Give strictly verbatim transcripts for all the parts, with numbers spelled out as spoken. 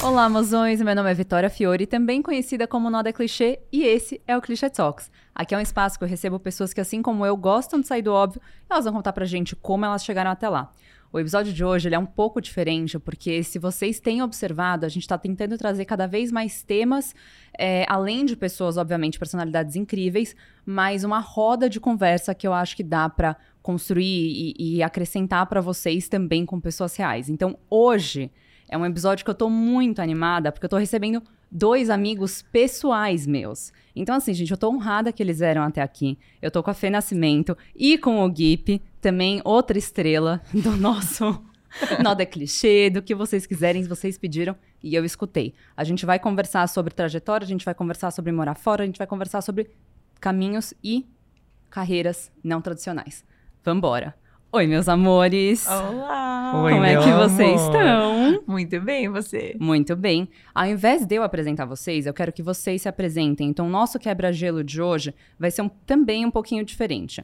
Olá, mozões! Meu nome é Vitória Fiore, também conhecida como Nada Clichê, e esse é o Clichê Talks. Aqui é um espaço que eu recebo pessoas que, assim como eu, gostam de sair do óbvio e elas vão contar pra gente como elas chegaram até lá. O episódio de hoje ele é um pouco diferente, porque se vocês têm observado, a gente tá tentando trazer cada vez mais temas, é, além de pessoas, obviamente, personalidades incríveis, mas uma roda de conversa que eu acho que dá pra construir e, e acrescentar pra vocês também com pessoas reais. Então, hoje é um episódio que eu tô muito animada, porque eu tô recebendo dois amigos pessoais meus. Então, assim, gente, eu tô honrada que eles vieram até aqui. Eu tô com a Fê Nascimento e com o Gui, também outra estrela do nosso Nada Clichê, do que vocês quiserem, vocês pediram e eu escutei. A gente vai conversar sobre trajetória, a gente vai conversar sobre morar fora, a gente vai conversar sobre caminhos e carreiras não tradicionais. Vambora! Oi, meus amores! Olá! Oi, como é que amor. Vocês estão? Muito bem, e você? Muito bem. Ao invés de eu apresentar vocês, eu quero que vocês se apresentem. Então, o nosso quebra-gelo de hoje vai ser um, também um pouquinho diferente.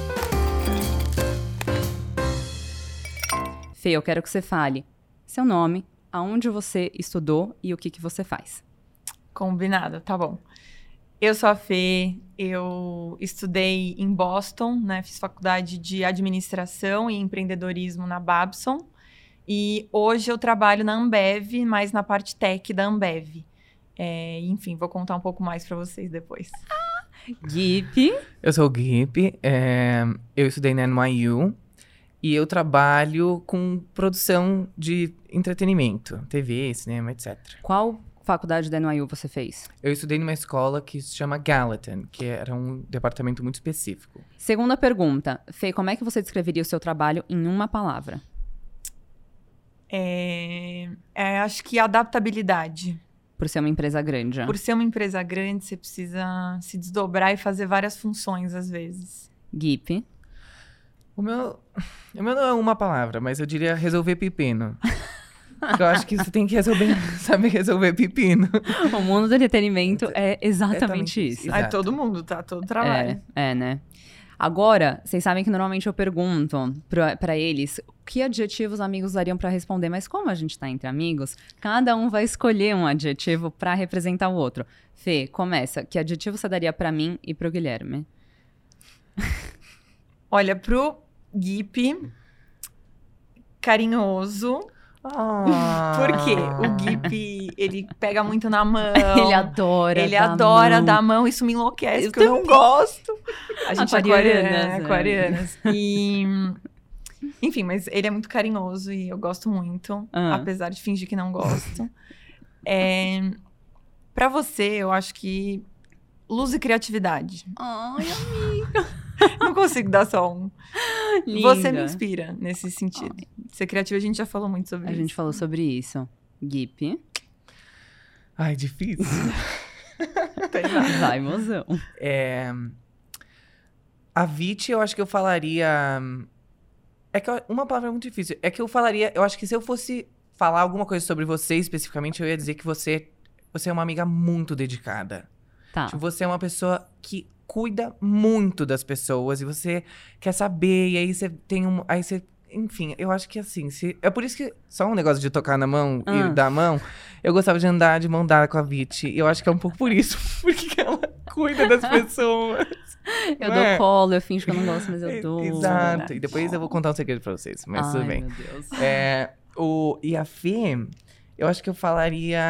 Fê, eu quero que você fale seu nome, aonde você estudou e o que, que você faz. Combinado, tá bom. Eu sou a Fê, eu estudei em Boston, né? Fiz faculdade de administração e empreendedorismo na Babson. E hoje eu trabalho na Ambev, mas na parte tech da Ambev. É, enfim, vou contar um pouco mais para vocês depois. Ah, Gui. Eu sou o Gui, é, eu estudei na N Y U e eu trabalho com produção de entretenimento, T V, cinema, etcétera. Qual faculdade da N Y U você fez? Eu estudei numa escola que se chama Gallatin, que era um departamento muito específico. Segunda pergunta. Fê, como é que você descreveria o seu trabalho em uma palavra? É, é, acho que adaptabilidade. Por ser uma empresa grande. Por ser uma empresa grande, você precisa se desdobrar e fazer várias funções, às vezes. Gui. O meu, o meu não é uma palavra, mas eu diria resolver pepino. Eu acho que você tem que resolver, saber resolver pepino. O mundo do entretenimento é exatamente isso. isso. Aí todo mundo, tá? Todo trabalho. É, é, né? Agora, vocês sabem que normalmente eu pergunto pra, pra eles que adjetivos os amigos dariam pra responder, mas como a gente tá entre amigos, cada um vai escolher um adjetivo pra representar o outro. Fê, começa. Que adjetivo você daria pra mim e pro Guilherme? Olha, pro Gui, carinhoso. Ah. Por quê? O Gui, ele pega muito na mão. Ele adora Ele dar adora mão. dar mão. Isso me enlouquece, Eu porque eu não gosto. A gente Aquarianas, é é. aquarianas. E... Enfim, mas ele é muito carinhoso e eu gosto muito. Ah. Apesar de fingir que não gosto. é... Pra você, eu acho que luz e criatividade. Ai, amiga. Não consigo dar só um. Linda. Você me inspira nesse sentido. Ai. Ser criativa, a gente já falou muito sobre a isso. A gente falou sobre isso. Gui. Ai, difícil. Vai, mozão. É... A Viti, eu acho que eu falaria... É que eu... uma palavra é muito difícil. É que eu falaria... Eu acho que se eu fosse falar alguma coisa sobre você especificamente, eu ia dizer que você, você é uma amiga muito dedicada. Tá. Tipo, você é uma pessoa que cuida muito das pessoas e você quer saber, e aí você tem um... Aí você... Enfim, eu acho que assim, se... é por isso que só um negócio de tocar na mão ah. e dar a mão, eu gostava de andar de mão dada com a Viti. E eu acho que é um pouco por isso, porque ela cuida das pessoas. Eu não dou é? colo, eu finjo que eu não gosto, mas eu dou. Exato. E depois eu vou contar um segredo pra vocês, mas Ai, tudo bem. Meu Deus. É, o... E a Fê, eu acho que eu falaria...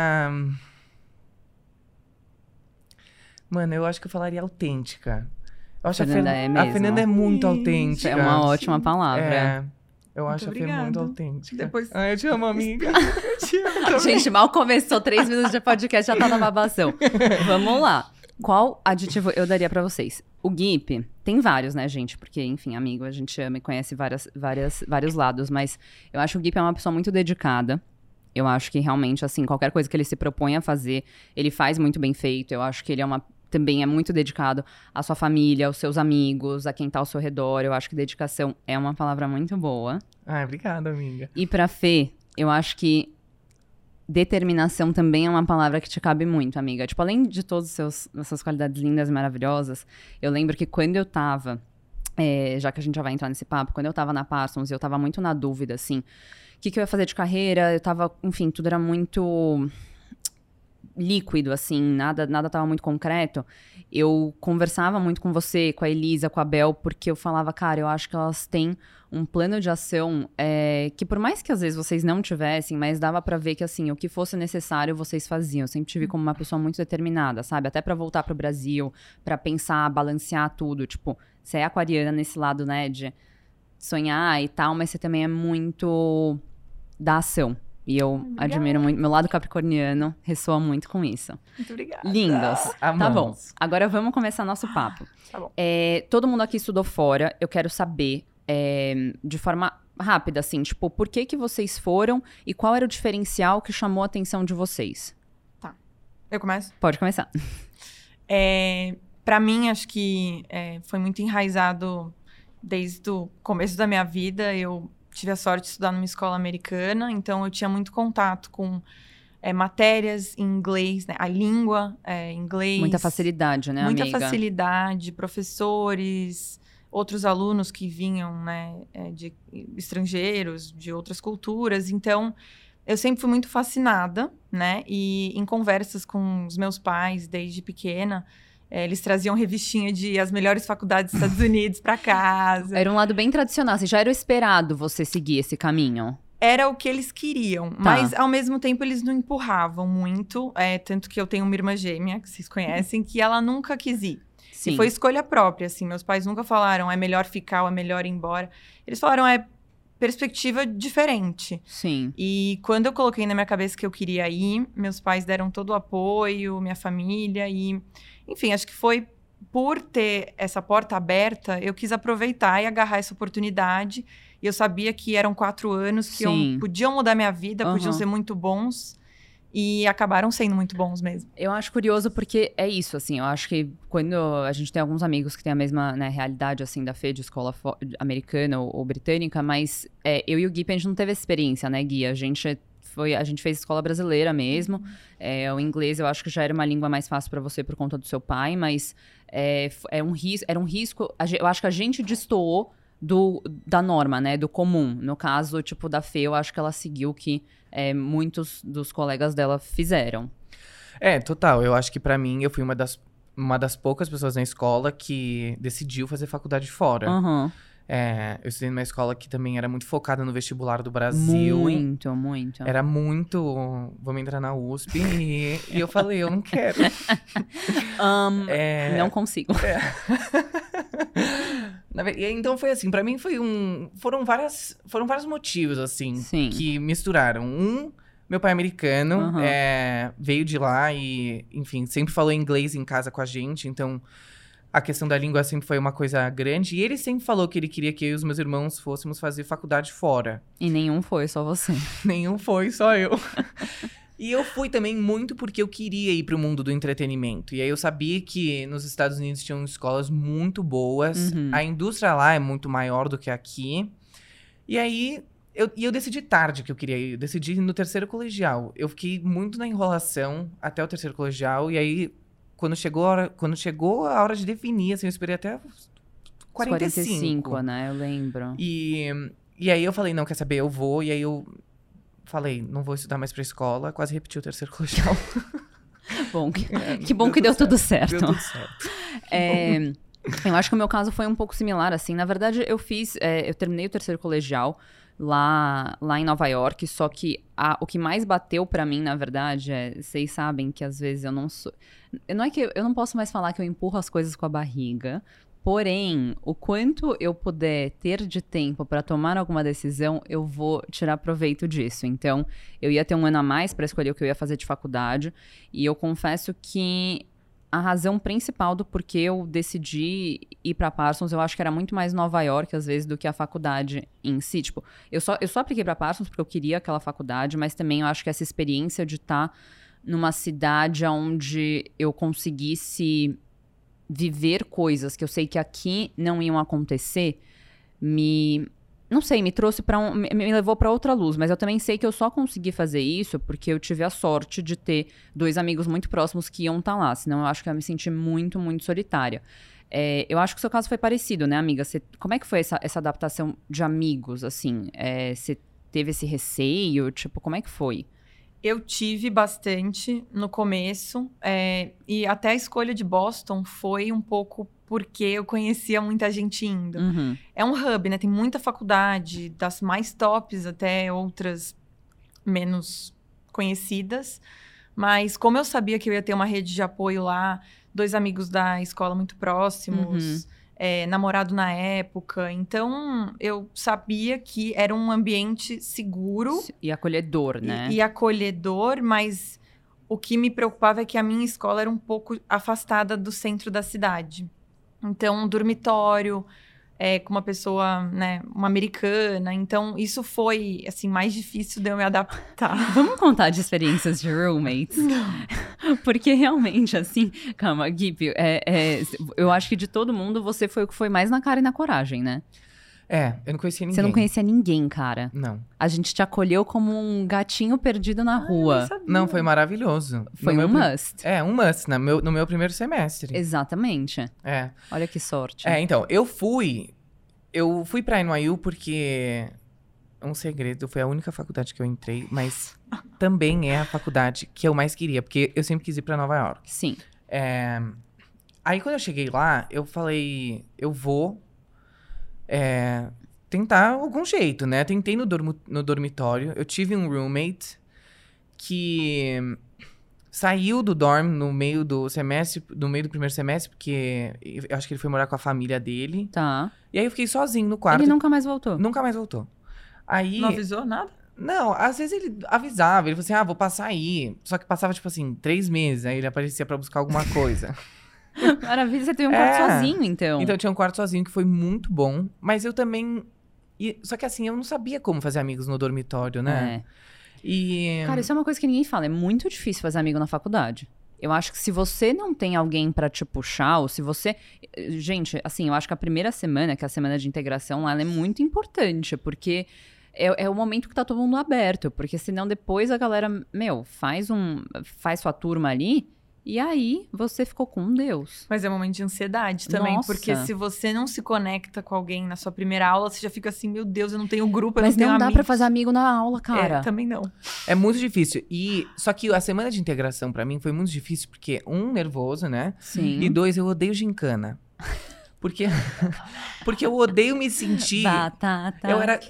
Mano, eu acho que eu falaria autêntica. Eu acho Fernanda a, Fer... é mesmo. a Fernanda é muito autêntica. É uma ótima palavra. É, eu muito acho obrigada. a Fê muito autêntica. Depois... Ah, eu te amo, amiga. Eu te amo. Gente, mal começou, três minutos de podcast, já tá na babação. Vamos lá. Qual adjetivo eu daria pra vocês? O Gui, tem vários, né, gente? Porque, enfim, amigo, a gente ama e conhece várias, várias, vários lados. Mas eu acho que o Gui é uma pessoa muito dedicada. Eu acho que realmente, assim, qualquer coisa que ele se propõe a fazer, ele faz muito bem feito. Eu acho que ele é uma... também é muito dedicado à sua família, aos seus amigos, a quem tá ao seu redor. Eu acho que dedicação é uma palavra muito boa. Ai, obrigada, amiga. E pra Fê, eu acho que determinação também é uma palavra que te cabe muito, amiga. Tipo, além de todas as suas qualidades lindas e maravilhosas, eu lembro que quando eu tava é, já que a gente já vai entrar nesse papo, quando eu tava na Parsons, eu tava muito na dúvida, assim, o que, que eu ia fazer de carreira, eu tava, enfim, tudo era muito líquido, assim, nada, nada tava muito concreto. Eu conversava muito com você, com a Elisa, com a Bel, porque eu falava, cara, eu acho que elas têm um plano de ação é, que por mais que às vezes vocês não tivessem, mas dava pra ver que, assim, o que fosse necessário vocês faziam. Eu sempre tive como uma pessoa muito determinada, sabe? Até pra voltar pro Brasil, pra pensar, balancear tudo. Tipo, você é aquariana nesse lado, né, de sonhar e tal, mas você também é muito da ação. E eu Obrigada. admiro muito. Meu lado capricorniano ressoa muito com isso. Muito obrigada. Lindas. Tá bom. Amamos. Agora vamos começar nosso papo. Tá bom. É, todo mundo aqui estudou fora. Eu quero saber, é, de forma rápida, assim, tipo, por que que vocês foram e qual era o diferencial que chamou a atenção de vocês? Eu começo? Pode começar. É, para mim, acho que é, foi muito enraizado desde o começo da minha vida. Eu tive a sorte de estudar numa escola americana, então eu tinha muito contato com é, matérias em inglês, né? A língua é, inglês. Muita facilidade, né, Muita amiga? facilidade, professores, outros alunos que vinham, né, é, de estrangeiros, de outras culturas. Então, eu sempre fui muito fascinada, né? E em conversas com os meus pais, desde pequena, é, eles traziam revistinha de as melhores faculdades dos Estados Unidos para casa. Era um lado bem tradicional, assim, já era esperado você seguir esse caminho. Era o que eles queriam, mas ao mesmo tempo eles não empurravam muito. É, tanto que eu tenho uma irmã gêmea, que vocês conhecem, que ela nunca quis ir. Sim. E foi escolha própria, assim. Meus pais nunca falaram, é melhor ficar ou é melhor ir embora. Eles falaram, é perspectiva diferente. Sim. E quando eu coloquei na minha cabeça que eu queria ir, meus pais deram todo o apoio, minha família. E, enfim, acho que foi por ter essa porta aberta, eu quis aproveitar e agarrar essa oportunidade. E eu sabia que eram quatro anos que eu, Sim. podiam mudar minha vida, Uhum. podiam ser muito bons. E acabaram sendo muito bons mesmo. Eu acho curioso porque é isso, assim, eu acho que quando a gente tem alguns amigos que têm a mesma, né, realidade, assim, da Fê, de escola fo- americana ou, ou britânica, mas é, eu e o Gui, a gente não teve essa experiência, né, Gui? A gente, foi, a gente fez escola brasileira mesmo, é, o inglês eu acho que já era uma língua mais fácil pra você por conta do seu pai, mas é, f- é um ris- era um risco, a ge- eu acho que a gente destoou do, da norma, né, do comum. No caso, tipo, da Fê, eu acho que ela seguiu o que é, muitos dos colegas dela fizeram. É, total. Eu acho que pra mim, eu fui uma das, uma das poucas pessoas na escola que decidiu fazer faculdade fora. Aham. É, eu estudei numa escola que também era muito focada no vestibular do Brasil. Muito, muito. Era muito, vamos entrar na U S P. E, e eu falei, eu não quero. Um, É, Não consigo. Na ve- e então foi assim, pra mim foi um, foram várias, foram vários motivos assim Sim. que misturaram. Um, meu pai é americano, Aham. é, veio de lá e, enfim, sempre falou inglês em casa com a gente, então a questão da língua sempre foi uma coisa grande. E ele sempre falou que ele queria que eu e os meus irmãos fôssemos fazer faculdade fora. E nenhum foi, só você. Nenhum foi, só eu. E eu fui também muito porque eu queria ir pro mundo do entretenimento. E aí eu sabia que nos Estados Unidos tinham escolas muito boas. Uhum. A indústria lá é muito maior do que aqui. E aí, eu, e eu decidi tarde que eu queria ir. Eu decidi no terceiro colegial. Eu fiquei muito na enrolação até o terceiro colegial. E aí, quando chegou a hora, quando chegou a hora de definir, assim, eu esperei até os quarenta e cinco. quarenta e cinco, né? Eu lembro. E, e aí eu falei, não, quer saber, eu vou. E aí eu falei, não vou estudar mais pra escola. Quase repeti o terceiro colegial. Bom, que, É, que bom que deu tudo certo. Deu tudo certo. É, eu acho que o meu caso foi um pouco similar, assim. Na verdade, eu fiz... é, eu terminei o terceiro colegial lá, lá em Nova York, só que a- o que mais bateu pra mim, na verdade, é... Vocês sabem que às vezes eu não sou... Não é que eu, eu não posso mais falar que eu empurro as coisas com a barriga, porém, o quanto eu puder ter de tempo pra tomar alguma decisão, eu vou tirar proveito disso. Então, eu ia ter um ano a mais pra escolher o que eu ia fazer de faculdade, e eu confesso que a razão principal do porquê eu decidi ir pra Parsons, eu acho que era muito mais Nova York, às vezes, do que a faculdade em si. Tipo, eu só, eu só apliquei pra Parsons porque eu queria aquela faculdade, mas também eu acho que essa experiência de estar numa cidade onde eu conseguisse viver coisas que eu sei que aqui não iam acontecer, me... Não sei, me trouxe para um... Me me levou pra outra luz, mas eu também sei que eu só consegui fazer isso porque eu tive a sorte de ter dois amigos muito próximos que iam estar lá, senão eu acho que eu ia me sentir muito, muito solitária. É, eu acho que o seu caso foi parecido, né, amiga? Você, como é que foi essa, essa adaptação de amigos, assim? É, você teve esse receio? Tipo, como é que foi? Eu tive bastante no começo, é, e até a escolha de Boston foi um pouco porque eu conhecia muita gente indo. Uhum. É um hub, né? Tem muita faculdade, das mais tops até outras menos conhecidas. Mas como eu sabia que eu ia ter uma rede de apoio lá, dois amigos da escola muito próximos... Uhum. É, namorado na época. Então, eu sabia que era um ambiente seguro. E acolhedor, né? E, e acolhedor, mas o que me preocupava é que a minha escola era um pouco afastada do centro da cidade. Então, um dormitório é, com uma pessoa, né, uma americana. Então, isso foi, assim, mais difícil de eu me adaptar. Vamos contar de experiências de roommates? Não. Porque realmente, assim... Calma, Gui, é, é, eu acho que de todo mundo, você foi o que foi mais na cara e na coragem, né? É, eu não conhecia ninguém. Você não conhecia ninguém, cara. Não. A gente te acolheu como um gatinho perdido na rua. Ah, não, foi maravilhoso. Foi no um meu, must. É, um must, no meu, no meu primeiro semestre. Exatamente. É. Olha que sorte. É, então, eu fui... Eu fui pra N Y U porque... Um segredo, foi a única faculdade que eu entrei, mas também é a faculdade que eu mais queria, porque eu sempre quis ir pra Nova York. Sim. É... Aí, quando eu cheguei lá, eu falei, eu vou é... tentar algum jeito, né? Tentei no, dormo... no dormitório, eu tive um roommate que saiu do dorm no meio do semestre, no meio do primeiro semestre, porque eu acho que ele foi morar com a família dele. Tá. E aí eu fiquei sozinho no quarto. Ele nunca mais voltou? Nunca mais voltou. Aí... Não avisou nada? Não, às vezes ele avisava, ele falou assim, ah, vou passar aí. Só que passava, tipo assim, três meses, aí ele aparecia pra buscar alguma coisa. Maravilha, você teve um É. quarto sozinho, então. Então eu tinha um quarto sozinho, que foi muito bom. Mas eu também... e- Só que assim, eu não sabia como fazer amigos no dormitório, né? É. E... Cara, isso é uma coisa que ninguém fala. É muito difícil fazer amigo na faculdade. Eu acho que se você não tem alguém pra te puxar, ou se você... Gente, assim, eu acho que a primeira semana, que é a semana de integração, ela é muito importante, porque é, é o momento que tá todo mundo aberto. Porque senão depois a galera, meu, faz, um, faz sua turma ali, e aí você ficou com Deus. Mas é um momento de ansiedade também, Nossa. porque se você não se conecta com alguém na sua primeira aula, você já fica assim, meu Deus, eu não tenho grupo, eu Mas não tenho não dá amigos. pra fazer amigo na aula, cara. É, também não. É muito difícil. E... Só que a semana de integração, pra mim, foi muito difícil, porque, um, nervoso, né? Sim. E dois, eu odeio gincana. Porque... porque eu odeio me sentir... Batata. Eu era...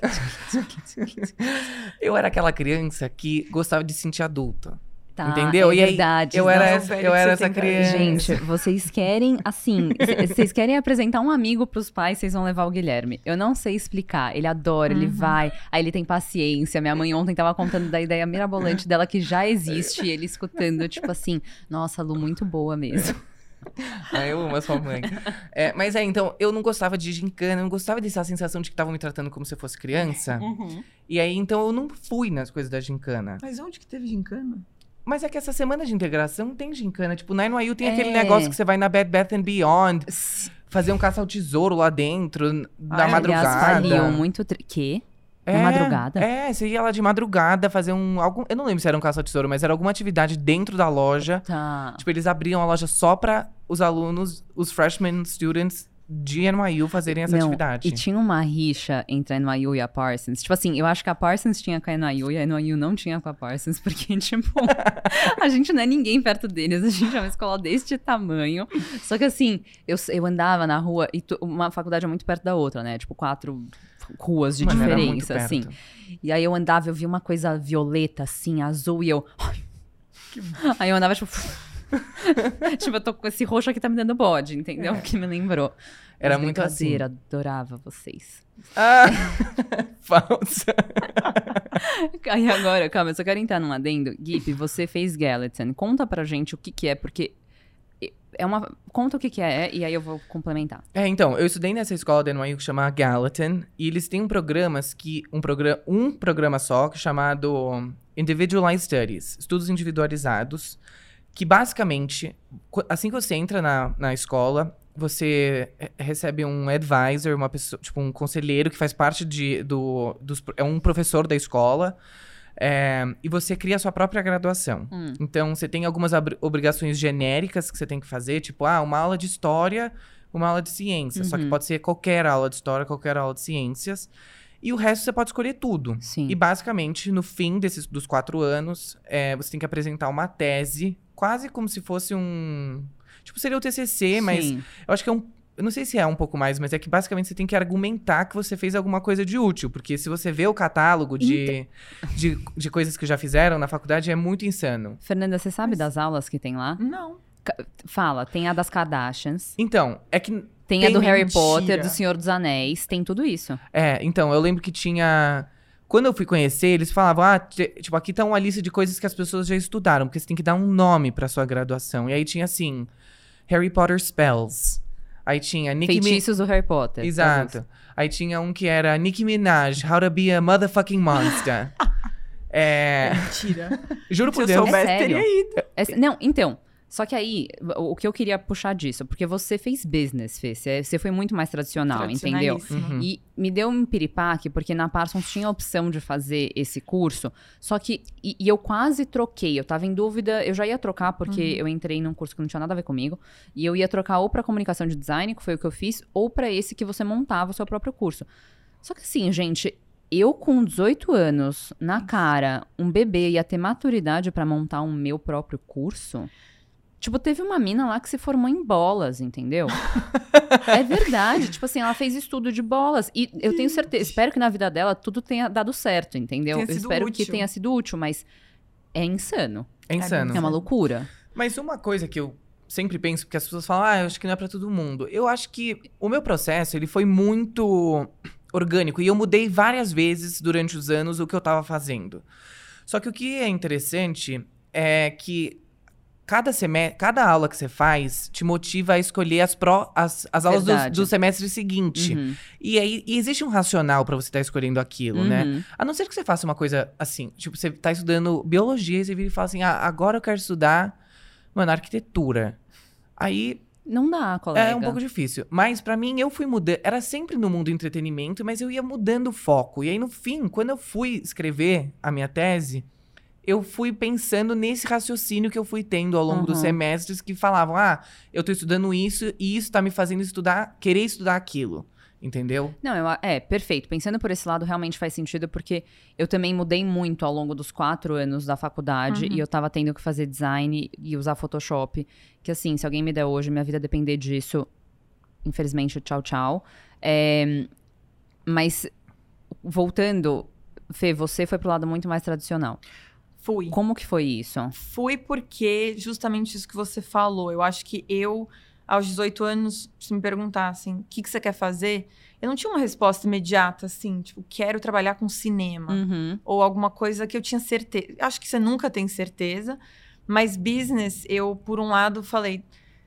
eu era aquela criança que gostava de se sentir adulta. Tá, Entendeu? É E aí, verdade. eu Não, era, Não, essa- velho, eu que era você essa tem criança. Gente, vocês querem, assim, c- vocês querem apresentar um amigo pros pais, vocês vão levar o Guilherme. Eu não sei explicar. Ele adora, ele vai, aí ele tem paciência. Minha mãe ontem tava contando da ideia mirabolante dela que já existe, e ele escutando, tipo assim, nossa, Lu, muito boa mesmo. Ah, eu amo a sua mãe. É, mas é, então, eu não gostava de gincana, eu não gostava dessa sensação de que estavam me tratando como se eu fosse criança. E aí, então, eu não fui nas coisas da gincana. Mas onde que teve gincana? Mas é que essa semana de integração não tem gincana. Tipo, na N Y U tem É. aquele negócio que você vai na Bed Bath and Beyond, fazer um caça ao tesouro lá dentro, na Ai, madrugada. Aliás, faliam muito... Tri... Quê? É, Na madrugada? É, você ia lá de madrugada fazer um... Algum, eu não lembro se era um caça ao tesouro, mas era alguma atividade dentro da loja. Tá. Tipo, eles abriam a loja só pra os alunos, os freshman students de N Y U fazerem essa Não, atividade. e tinha uma rixa entre a N Y U e a Parsons. Tipo assim, eu acho que a Parsons tinha com a N Y U e a N Y U não tinha com a Parsons, porque, tipo, a gente não é ninguém perto deles, a gente é uma escola deste tamanho. Só que assim, eu, eu andava na rua e tu- uma faculdade é muito perto da outra, né? Tipo, quatro ruas de Mano, era muito diferença, perto. assim. E aí eu andava, eu vi uma coisa violeta, assim, azul, e eu... Ai. Aí eu andava, tipo... tipo, eu tô com esse roxo aqui, tá me dando bode, entendeu? Que me lembrou. Era Mas muito assim. brincadeira, adorava vocês. Ah, falsa. Aí agora, calma, eu só quero entrar num adendo. Gip, você fez Gallatin. Conta pra gente o que que é, porque... É uma... Conta o que que é, e aí eu vou complementar. É, então, eu estudei nessa escola da N Y U que chama Gallatin, e eles têm um programas que... Um, progra um programa só, que é chamado Individualized Studies, estudos individualizados, que basicamente, co- assim que você entra na, na escola, você re- recebe um advisor, uma pessoa, tipo um conselheiro que faz parte de, do, dos, é um professor da escola, é, e você cria a sua própria graduação. Hum. Então, você tem algumas abri- obrigações genéricas que você tem que fazer, tipo, ah, uma aula de história uma aula de ciências. Só que Uhum. pode ser qualquer aula de história, qualquer aula de ciências. E o resto você pode escolher tudo. Sim. E basicamente, no fim desses, dos quatro anos, é, você tem que apresentar uma tese, quase como se fosse um... Tipo, seria o T C C, mas Sim. eu acho que é um... Eu não sei se é um pouco mais, mas é que basicamente você tem que argumentar que você fez alguma coisa de útil. Porque se você vê o catálogo de, de, de coisas que já fizeram na faculdade, é muito insano. Fernanda, você sabe das aulas que tem lá? Não. Fala, tem a das Kardashians, Então, é que... tem, a Tem do Harry mentira. Potter, do Senhor dos Anéis, tem tudo isso. É, então, eu lembro que tinha... Quando eu fui conhecer, eles falavam, ah, t- tipo, aqui tá uma lista de coisas que as pessoas já estudaram, porque você tem que dar um nome pra sua graduação. E aí tinha, assim, Harry Potter Spells. Aí tinha Nicki Minaj... Feitiços do Harry Potter. Exato. Aí tinha um que era Nicki Minaj, How to be a motherfucking monster. é... Mentira. Juro Se por eu Deus. soubesse, É sério? teria ido. É- não, então, só que aí, o, o que eu queria puxar disso, porque você fez business, Fê, você, você foi muito mais tradicional, entendeu? Tradicionalíssimo. Uhum. E me deu um piripaque, porque na Parsons tinha a opção de fazer esse curso, só que, e, e eu quase troquei, eu tava em dúvida, eu já ia trocar, porque eu entrei num curso que não tinha nada a ver comigo, e eu ia trocar ou pra comunicação de design, que foi o que eu fiz, ou pra esse que você montava o seu próprio curso. Só que assim, gente, eu com dezoito anos, na cara, um bebê ia ter maturidade pra montar um meu próprio curso? Tipo, teve uma mina lá que se formou em bolas, entendeu? É verdade. Tipo assim, ela fez estudo de bolas. E eu tenho certeza, espero que na vida dela tudo tenha dado certo, entendeu? Tenha Eu sido espero que útil. tenha sido útil, mas é insano. É insano. É uma loucura. Mas uma coisa que eu sempre penso, porque as pessoas falam, ah, eu acho que não é pra todo mundo. Eu acho que o meu processo, ele foi muito orgânico. E eu mudei várias vezes durante os anos o que eu tava fazendo. Só que o que é interessante é que cada, semestre, cada aula que você faz te motiva a escolher as, pró, as, as aulas do, Verdade. do semestre seguinte. Uhum. E aí e existe um racional pra você estar escolhendo aquilo, né? Uhum. A não ser que você faça uma coisa assim, tipo, você tá estudando biologia e você vira e fala assim, ah, agora eu quero estudar, mano, arquitetura. Aí Não dá, colega. é um pouco difícil. Mas pra mim, eu fui mudando, era sempre no mundo do entretenimento, mas eu ia mudando o foco. E aí no fim, quando eu fui escrever a minha tese, eu fui pensando nesse raciocínio que eu fui tendo ao longo dos Uhum. semestres, que falavam, ah, eu tô estudando isso e isso tá me fazendo estudar, querer estudar aquilo. Entendeu? Não, eu, a- é, perfeito. Pensando por esse lado, realmente faz sentido, porque eu também mudei muito ao longo dos quatro anos da faculdade, Uhum. e eu tava tendo que fazer design e usar Photoshop, que assim, se alguém me der hoje, minha vida depender disso, infelizmente, tchau, tchau. É, mas, voltando, Fê, você foi pro lado muito mais tradicional. Fui. Como que foi isso? Fui porque justamente isso que você falou. Eu acho que eu, aos dezoito anos, se me perguntassem o que, que você quer fazer, eu não tinha uma resposta imediata, assim, tipo, quero trabalhar com cinema. Uhum. Ou alguma coisa que eu tinha certeza. Acho que você nunca tem certeza, mas business, eu, por um lado, falei,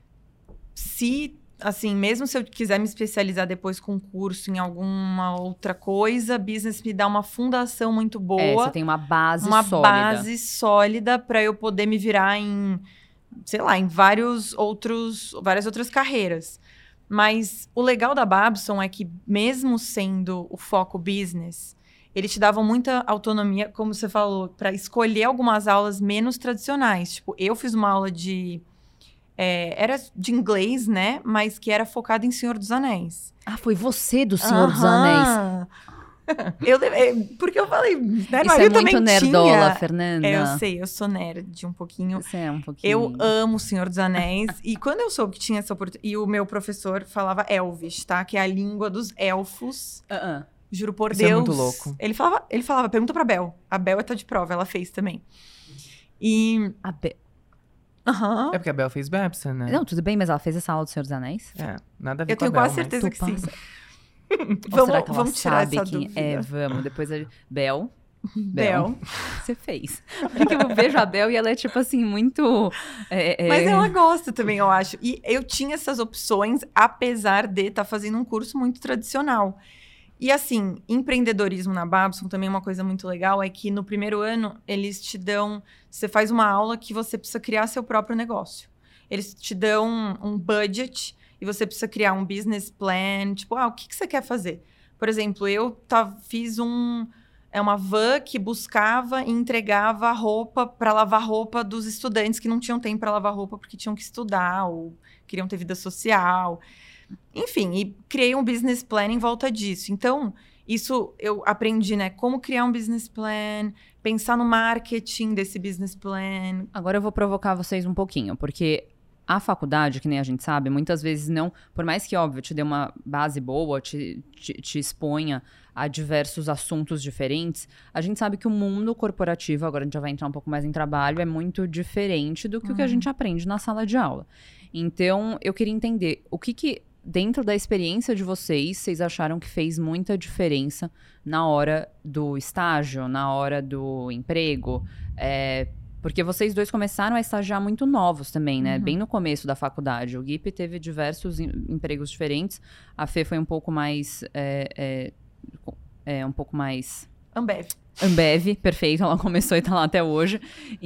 se, assim, mesmo se eu quiser me especializar depois com curso em alguma outra coisa, business me dá uma fundação muito boa. É, você tem uma base uma sólida. base sólida para eu poder me virar em, sei lá, em vários outros, várias outras carreiras. Mas o legal da Babson é que, mesmo sendo o foco business, eles te davam muita autonomia, como você falou, para escolher algumas aulas menos tradicionais. Tipo, eu fiz uma aula de... é, era de inglês, né? Mas que era focada em Senhor dos Anéis. Ah, foi você do Senhor dos Anéis. Aham. Eu, levei- porque eu falei, né, Isso é Maria muito também nerdola, tinha. Fernanda. É, eu sei, eu sou nerd um pouquinho. Você é um pouquinho. Eu amo o Senhor dos Anéis. E quando eu soube que tinha essa oportunidade... E o meu professor falava Elvish, tá? Que é a língua dos elfos. Ah, ah. Juro por Isso é Deus. muito louco. Ele falava, ele falava, pergunta pra Bel. A Bel tá de prova, ela fez também. E... A Be- Aham. É porque a Bel fez Babson, né? Não, tudo bem, mas ela fez essa aula do Senhor dos Anéis? É, nada a ver Eu com a tenho Bel, quase mas- certeza que sim. passa. Ou Vamos, será que ela vamos tirar sabe essa quem dúvida. é? Vamos, depois a... Bel. Bel. Você fez. Porque eu vejo a Bel e ela é, tipo assim, muito... é, é- Mas ela gosta também, eu acho. E eu tinha essas opções, apesar de estar fazendo um curso muito tradicional. E assim, empreendedorismo na Babson também é uma coisa muito legal, é que no primeiro ano eles te dão... Você faz uma aula que você precisa criar seu próprio negócio. Eles te dão um, um budget e você precisa criar um business plan. Tipo, ah, o que, que você quer fazer? Por exemplo, eu tá, fiz um... É uma van que buscava e entregava roupa para lavar roupa dos estudantes que não tinham tempo para lavar roupa porque tinham que estudar ou queriam ter vida social. Enfim, e criei um business plan em volta disso. Então, isso eu aprendi, né? Como criar um business plan, pensar no marketing desse business plan. Agora eu vou provocar vocês um pouquinho, porque a faculdade, que nem a gente sabe, muitas vezes não... Por mais que, óbvio, te dê uma base boa, te, te, te exponha a diversos assuntos diferentes, a gente sabe que o mundo corporativo, agora a gente já vai entrar um pouco mais em trabalho, é muito diferente do que uhum. o que a gente aprende na sala de aula. Então, eu queria entender o que que... Dentro da experiência de vocês, vocês acharam que fez muita diferença na hora do estágio, na hora do emprego? É, porque vocês dois começaram a estagiar muito novos também, né? Uhum. Bem no começo da faculdade. O Gui teve diversos em, empregos diferentes. A Fê foi um pouco mais... É, é, é, um pouco mais... Ambev. Ambev, perfeito. Ela começou e tá lá até hoje.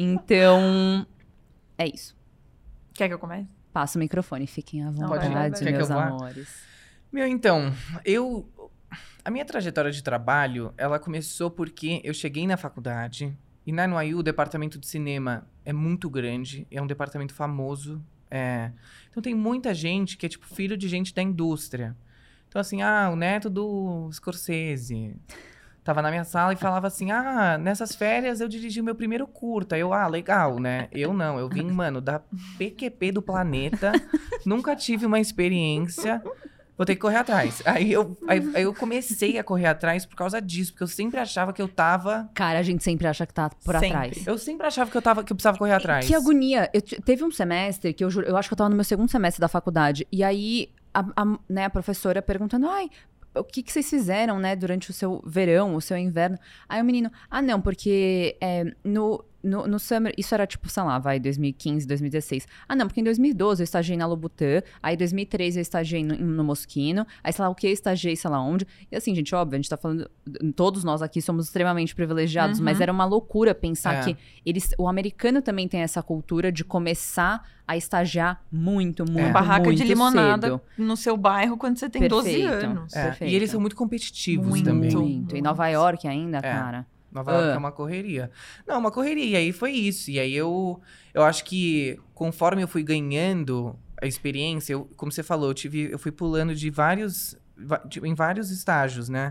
Então, é isso. Quer que eu comece? Passa o microfone, fiquem à vontade, Pode, meus amores. Meu, então, eu... A minha trajetória de trabalho, ela começou porque eu cheguei na faculdade e na N Y U o departamento de cinema é muito grande, é um departamento famoso. É... Então tem muita gente que é tipo filho de gente da indústria. Então assim, ah, o neto do Scorsese... Tava na minha sala e falava assim, ah, nessas férias eu dirigi o meu primeiro curta. Eu, ah, legal, né? Eu não, eu vim, mano, da P Q P do planeta, nunca tive uma experiência, vou ter que correr atrás. Aí eu, aí, aí eu comecei a correr atrás por causa disso, porque eu sempre achava que eu tava... Cara, a gente sempre acha que tá por sempre. atrás. Eu sempre achava que eu, tava, que eu precisava correr atrás. Que agonia. Eu, teve um semestre que eu juro, eu acho que eu tava no meu segundo semestre da faculdade, e aí a, a, né, a professora perguntando, ai... O que, que vocês fizeram, né, durante o seu verão, o seu inverno? Aí o menino, ah, não, porque é, no, no, no summer, isso era tipo, sei lá, vai, dois mil e quinze, dois mil e dezesseis. Ah, não, porque em dois mil e doze eu estagiei na Louboutin, aí em dois mil e treze eu estagiei no, no Moschino, aí sei lá o que, eu estagiei sei lá onde. E assim, gente, óbvio, a gente tá falando, todos nós aqui somos extremamente privilegiados, uhum. mas era uma loucura pensar é. que eles, o americano também tem essa cultura de começar a estagiar muito, muito, é. barraca muito de limonada cedo. No seu bairro quando você tem Perfeito, doze anos. É. E eles são muito competitivos muito, também. Muito. Em Nova York ainda, é. cara. Nova York uh. é uma correria. Não, uma correria. E aí foi isso. E aí eu, eu acho que conforme eu fui ganhando a experiência, eu, como você falou, eu, tive, eu fui pulando de vários, de, em vários estágios, né?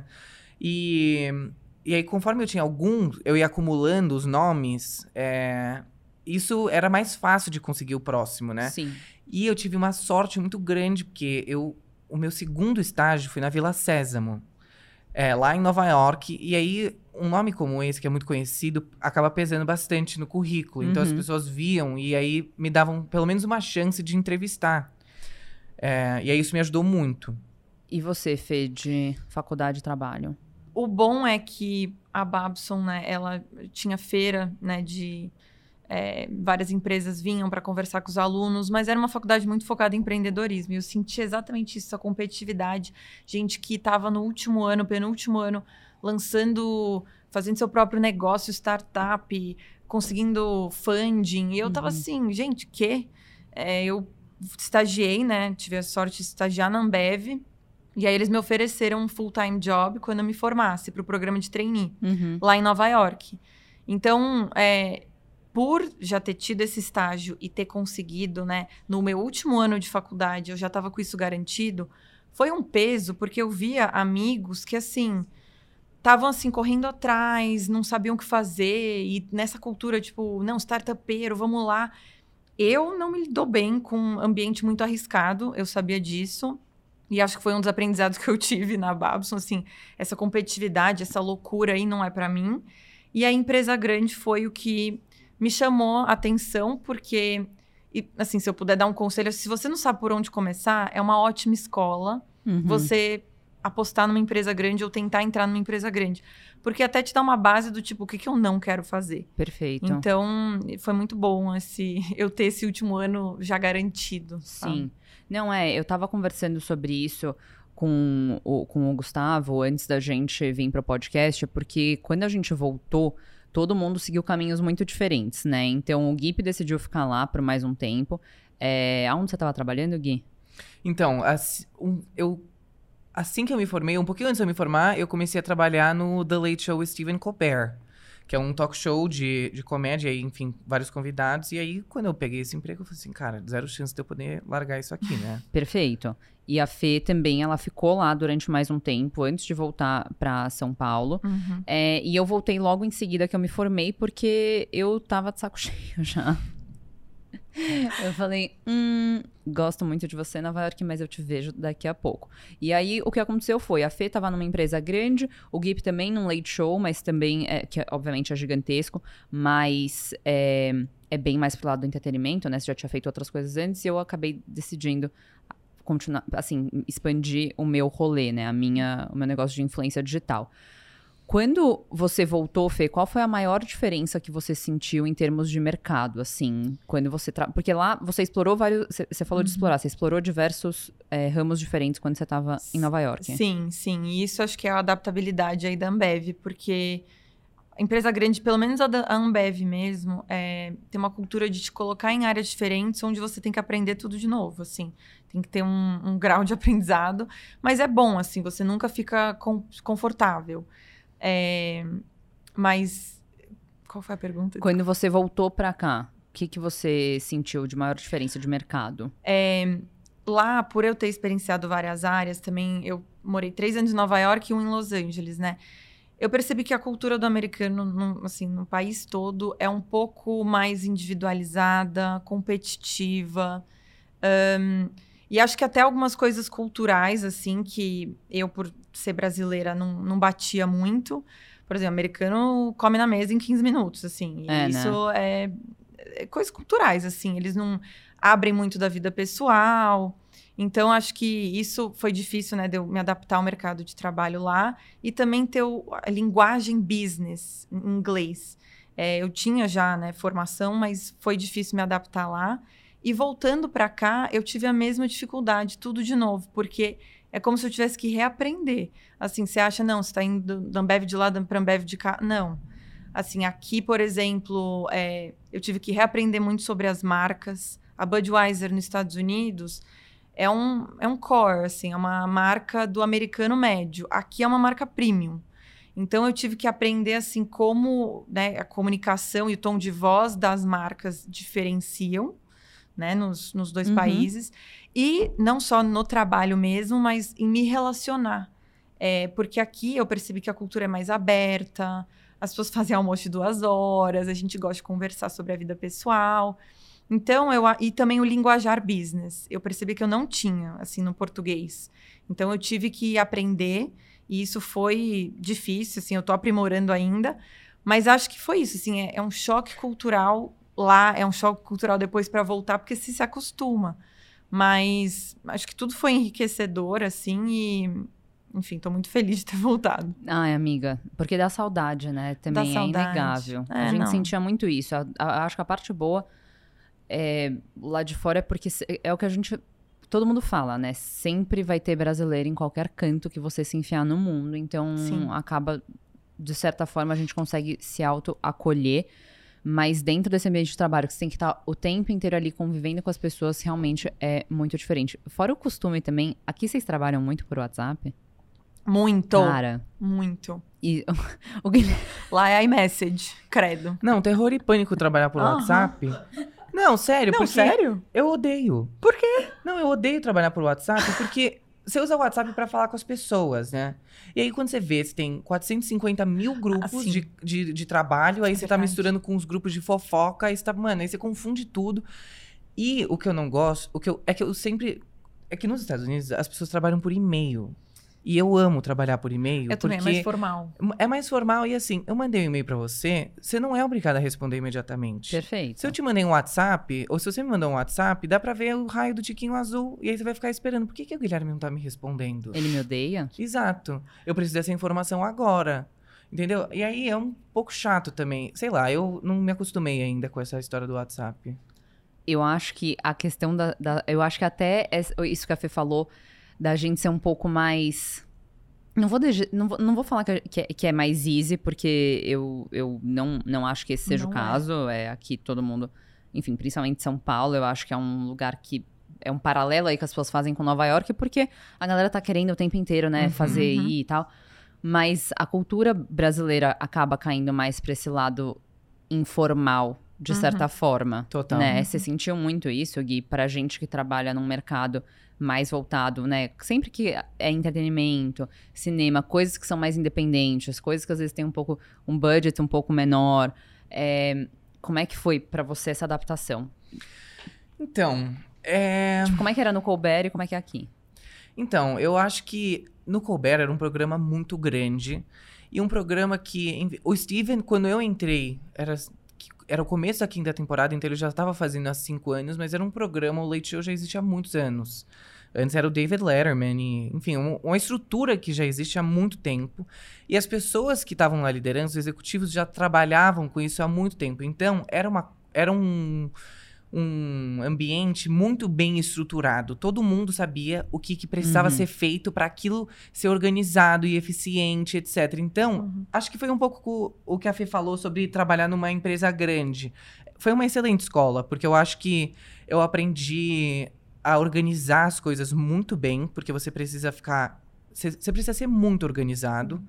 E, e aí conforme eu tinha algum, eu ia acumulando os nomes, é, isso era mais fácil de conseguir o próximo, né? Sim. E eu tive uma sorte muito grande, porque eu, o meu segundo estágio foi na Vila Sésamo, é, lá em Nova York. E aí, um nome como esse, que é muito conhecido, acaba pesando bastante no currículo. Então, uhum. as pessoas viam e aí me davam pelo menos uma chance de entrevistar. É, e aí, isso me ajudou muito. E você, Fê, de faculdade e trabalho? O bom é que a Babson, né, ela tinha feira, né, de... É, várias empresas vinham para conversar com os alunos, mas era uma faculdade muito focada em empreendedorismo. E eu senti exatamente isso, a competitividade. Gente que estava no último ano, penúltimo ano, lançando, fazendo seu próprio negócio, startup, conseguindo funding. E eu tava uhum. assim, gente, que? É, eu estagiei, né? Tive a sorte de estagiar na Ambev. E aí eles me ofereceram um full-time job quando eu me formasse para o programa de trainee, uhum. lá em Nova York. Então, é... por já ter tido esse estágio e ter conseguido, né, no meu último ano de faculdade, eu já estava com isso garantido, foi um peso, porque eu via amigos que, assim, estavam, assim, correndo atrás, não sabiam o que fazer, e nessa cultura, tipo, não, startupeiro, vamos lá. Eu não me dou bem com um ambiente muito arriscado, eu sabia disso, e acho que foi um dos aprendizados que eu tive na Babson, assim, essa competitividade, essa loucura aí não é para mim. E a empresa grande foi o que me chamou a atenção, porque, e, assim, se eu puder dar um conselho, se você não sabe por onde começar, é uma ótima escola uhum. você apostar numa empresa grande ou tentar entrar numa empresa grande. Porque até te dá uma base do tipo, o que, que eu não quero fazer. Perfeito. Então, foi muito bom esse, eu ter esse último ano já garantido. Sim. Sabe? Não, é, eu tava conversando sobre isso com o, com o Gustavo antes da gente vir pro podcast, porque quando a gente voltou, todo mundo seguiu caminhos muito diferentes, né? Então, o Gui decidiu ficar lá por mais um tempo. É... Aonde você estava trabalhando, Gui? Então, assim, um, eu, assim que eu me formei, um pouquinho antes de eu me formar, eu comecei a trabalhar no The Late Show with Stephen Colbert, que é um talk show de, de comédia, e, enfim, vários convidados. E aí, quando eu peguei esse emprego, eu falei assim, cara, zero chance de eu poder largar isso aqui, né? Perfeito. E a Fê também, ela ficou lá durante mais um tempo, antes de voltar pra São Paulo. Uhum. É, e eu voltei logo em seguida que eu me formei, porque eu tava de saco cheio já. Eu falei, hum, gosto muito de você, Nova York, mas eu te vejo daqui a pouco. E aí, o que aconteceu foi, a Fê tava numa empresa grande, o Gui também num late show, mas também, é, que obviamente é gigantesco, mas é, é bem mais pro lado do entretenimento, né? Você já tinha feito outras coisas antes, e eu acabei decidindo continuar, assim, expandir o meu rolê, né? A minha, o meu negócio de influência digital. Quando você voltou, Fê, qual foi a maior diferença que você sentiu em termos de mercado, assim? Quando você... Tra... Porque lá você explorou vários... Você falou uhum. de explorar, você explorou diversos é, ramos diferentes quando você estava em Nova York. Sim, sim. E isso acho que é a adaptabilidade aí da Ambev, porque a empresa grande, pelo menos a, da, a Ambev mesmo, é, tem uma cultura de te colocar em áreas diferentes, onde você tem que aprender tudo de novo, assim. Tem que ter um, um grau de aprendizado. Mas é bom, assim, você nunca fica com, confortável. É, mas qual foi a pergunta? Quando você voltou pra cá, o que, que você sentiu de maior diferença de mercado? É, lá, por eu ter experienciado várias áreas, também eu morei três anos em Nova York e um em Los Angeles, né? Eu percebi que a cultura do americano, no, assim, no país todo, é um pouco mais individualizada, competitiva. Um, e acho que até algumas coisas culturais, assim, que eu, por ser brasileira, não, não batia muito. Por exemplo, o americano come na mesa em quinze minutos, assim. E é, isso né? é, é coisas culturais, assim. Eles não abrem muito da vida pessoal. Então, acho que isso foi difícil, né? De eu me adaptar ao mercado de trabalho lá. E também ter o, a linguagem business em inglês. É, eu tinha já, né, formação, mas foi difícil me adaptar lá. E voltando para cá, eu tive a mesma dificuldade, tudo de novo, porque é como se eu tivesse que reaprender. Assim, você acha, não, você está indo da Ambev de lá para Ambev de cá. Não. Assim, aqui, por exemplo, é, eu tive que reaprender muito sobre as marcas. A Budweiser, nos Estados Unidos, é um, é um core, assim, é uma marca do americano médio. Aqui é uma marca premium. Então, eu tive que aprender, assim, como, né, a comunicação e o tom de voz das marcas diferenciam, né, nos, nos dois uhum. países. E não só no trabalho mesmo, mas em me relacionar. É, porque aqui eu percebi que a cultura é mais aberta, as pessoas fazem almoço de duas horas, a gente gosta de conversar sobre a vida pessoal. Então, eu... E também o linguajar business. Eu percebi que eu não tinha, assim, no português. Então, eu tive que aprender, e isso foi difícil, assim, eu tô aprimorando ainda. Mas acho que foi isso, assim, é, é um choque cultural lá, é um choque cultural depois para voltar, porque se se acostuma. Mas acho que tudo foi enriquecedor, assim, e... Enfim, tô muito feliz de ter voltado. Ai, amiga, porque dá saudade, né? Também dá é saudade. inegável. É, a gente não. sentia muito isso. A, a, acho que a parte boa é, lá de fora é porque é o que a gente... Todo mundo fala, né? Sempre vai ter brasileiro em qualquer canto que você se enfiar no mundo. Então, Sim. acaba... De certa forma, a gente consegue se auto-acolher. Mas dentro desse ambiente de trabalho, que você tem que estar o tempo inteiro ali convivendo com as pessoas, realmente é muito diferente. Fora o costume também, aqui vocês trabalham muito por WhatsApp? Muito. Cara. Muito. E o Guilherme... Lá é iMessage, credo. Não, terror e pânico trabalhar por uh-huh. WhatsApp. Não, sério. Não, porque sério? Eu odeio. Por quê? Não, eu odeio trabalhar por WhatsApp porque... Você usa o WhatsApp pra falar com as pessoas, né? E aí, quando você vê, você tem quatrocentos e cinquenta mil grupos assim. de, de, de trabalho, aí é você verdade. tá misturando com os grupos de fofoca, aí você tá... Mano, aí você confunde tudo. E o que eu não gosto, o que eu, é que eu sempre... É que nos Estados Unidos, as pessoas trabalham por e-mail. E eu amo trabalhar por e-mail. Eu também, é mais formal. É mais formal e assim, eu mandei um e-mail pra você, você não é obrigada a responder imediatamente. Perfeito. Se eu te mandei um WhatsApp, ou se você me mandou um WhatsApp, dá pra ver o raio do tiquinho azul. E aí você vai ficar esperando. Por que, que o Guilherme não tá me respondendo? Ele me odeia? Exato. Eu preciso dessa informação agora. Entendeu? E aí é um pouco chato também. Sei lá, eu não me acostumei ainda com essa história do WhatsApp. Eu acho que a questão da... da eu acho que até isso que a Fê falou, da gente ser um pouco mais... Não vou, de, não vou, não vou falar que, que, é, que é mais easy, porque eu, eu não, não acho que esse seja não o caso. É. é aqui todo mundo... Enfim, principalmente São Paulo, eu acho que é um lugar que... É um paralelo aí que as pessoas fazem com Nova York, porque a galera tá querendo o tempo inteiro, né? Uhum. Fazer aí e tal. Mas a cultura brasileira acaba caindo mais pra esse lado informal, de Uhum. certa forma. Total. Né? Você sentiu muito isso, Gui, pra gente que trabalha num mercado mais voltado, né? Sempre que é entretenimento, cinema, coisas que são mais independentes, coisas que às vezes tem um pouco, um budget um pouco menor. É, como é que foi pra você essa adaptação? Então, é... Tipo, como é que era no Colbert e como é que é aqui? Então, eu acho que no Colbert era um programa muito grande. E um programa que... O Steven, quando eu entrei, era, era o começo da quinta temporada, então ele já estava fazendo há cinco anos, mas era um programa, o Late Show já existe há muitos anos. Antes era o David Letterman, e, enfim, um, uma estrutura que já existe há muito tempo. E as pessoas que estavam lá liderando, os executivos, já trabalhavam com isso há muito tempo. Então, era, uma, era um... um ambiente muito bem estruturado. Todo mundo sabia o que, que precisava Uhum. ser feito para aquilo ser organizado e eficiente, etcétera. Então, Uhum. acho que foi um pouco o que a Fê falou sobre trabalhar numa empresa grande. Foi uma excelente escola, porque eu acho que eu aprendi a organizar as coisas muito bem, porque você precisa ficar... Você precisa ser muito organizado,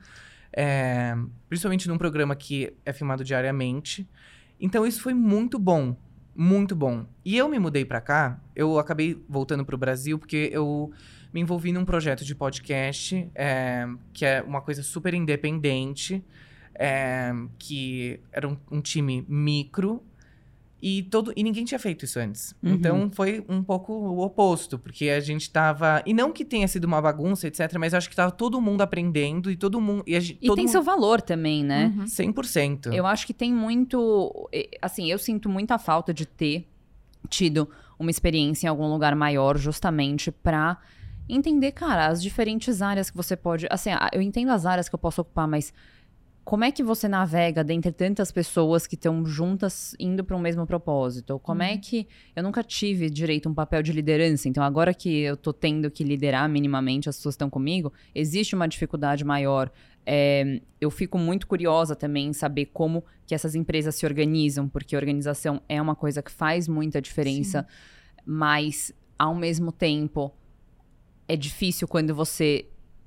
é, principalmente num programa que é filmado diariamente. Então, isso foi muito bom. Muito bom. E eu me mudei pra cá, eu acabei voltando pro Brasil porque eu me envolvi num projeto de podcast, é, que é uma coisa super independente, é, que era um, um time micro, e, todo, e ninguém tinha feito isso antes. Uhum. Então, foi um pouco o oposto, porque a gente tava... E não que tenha sido uma bagunça, etcétera, mas eu acho que tava todo mundo aprendendo e todo mundo... E, a gente, E todo tem mundo... seu valor também, né? Uhum. cem por cento. Eu acho que tem muito... eh, Assim, eu sinto muita falta de ter tido uma experiência em algum lugar maior, justamente pra entender, cara, as diferentes áreas que você pode... Assim, ah, eu entendo as áreas que eu posso ocupar, mas como é que você navega dentre tantas pessoas que estão juntas indo para um mesmo propósito? Como é que... Eu nunca tive direito a um papel de liderança, então agora que eu tô tendo que liderar minimamente as pessoas que estão comigo, existe uma dificuldade maior. É, eu fico muito curiosa também em saber como que essas empresas se organizam, porque organização é uma coisa que faz muita diferença, Sim. mas, ao mesmo tempo, é difícil quando você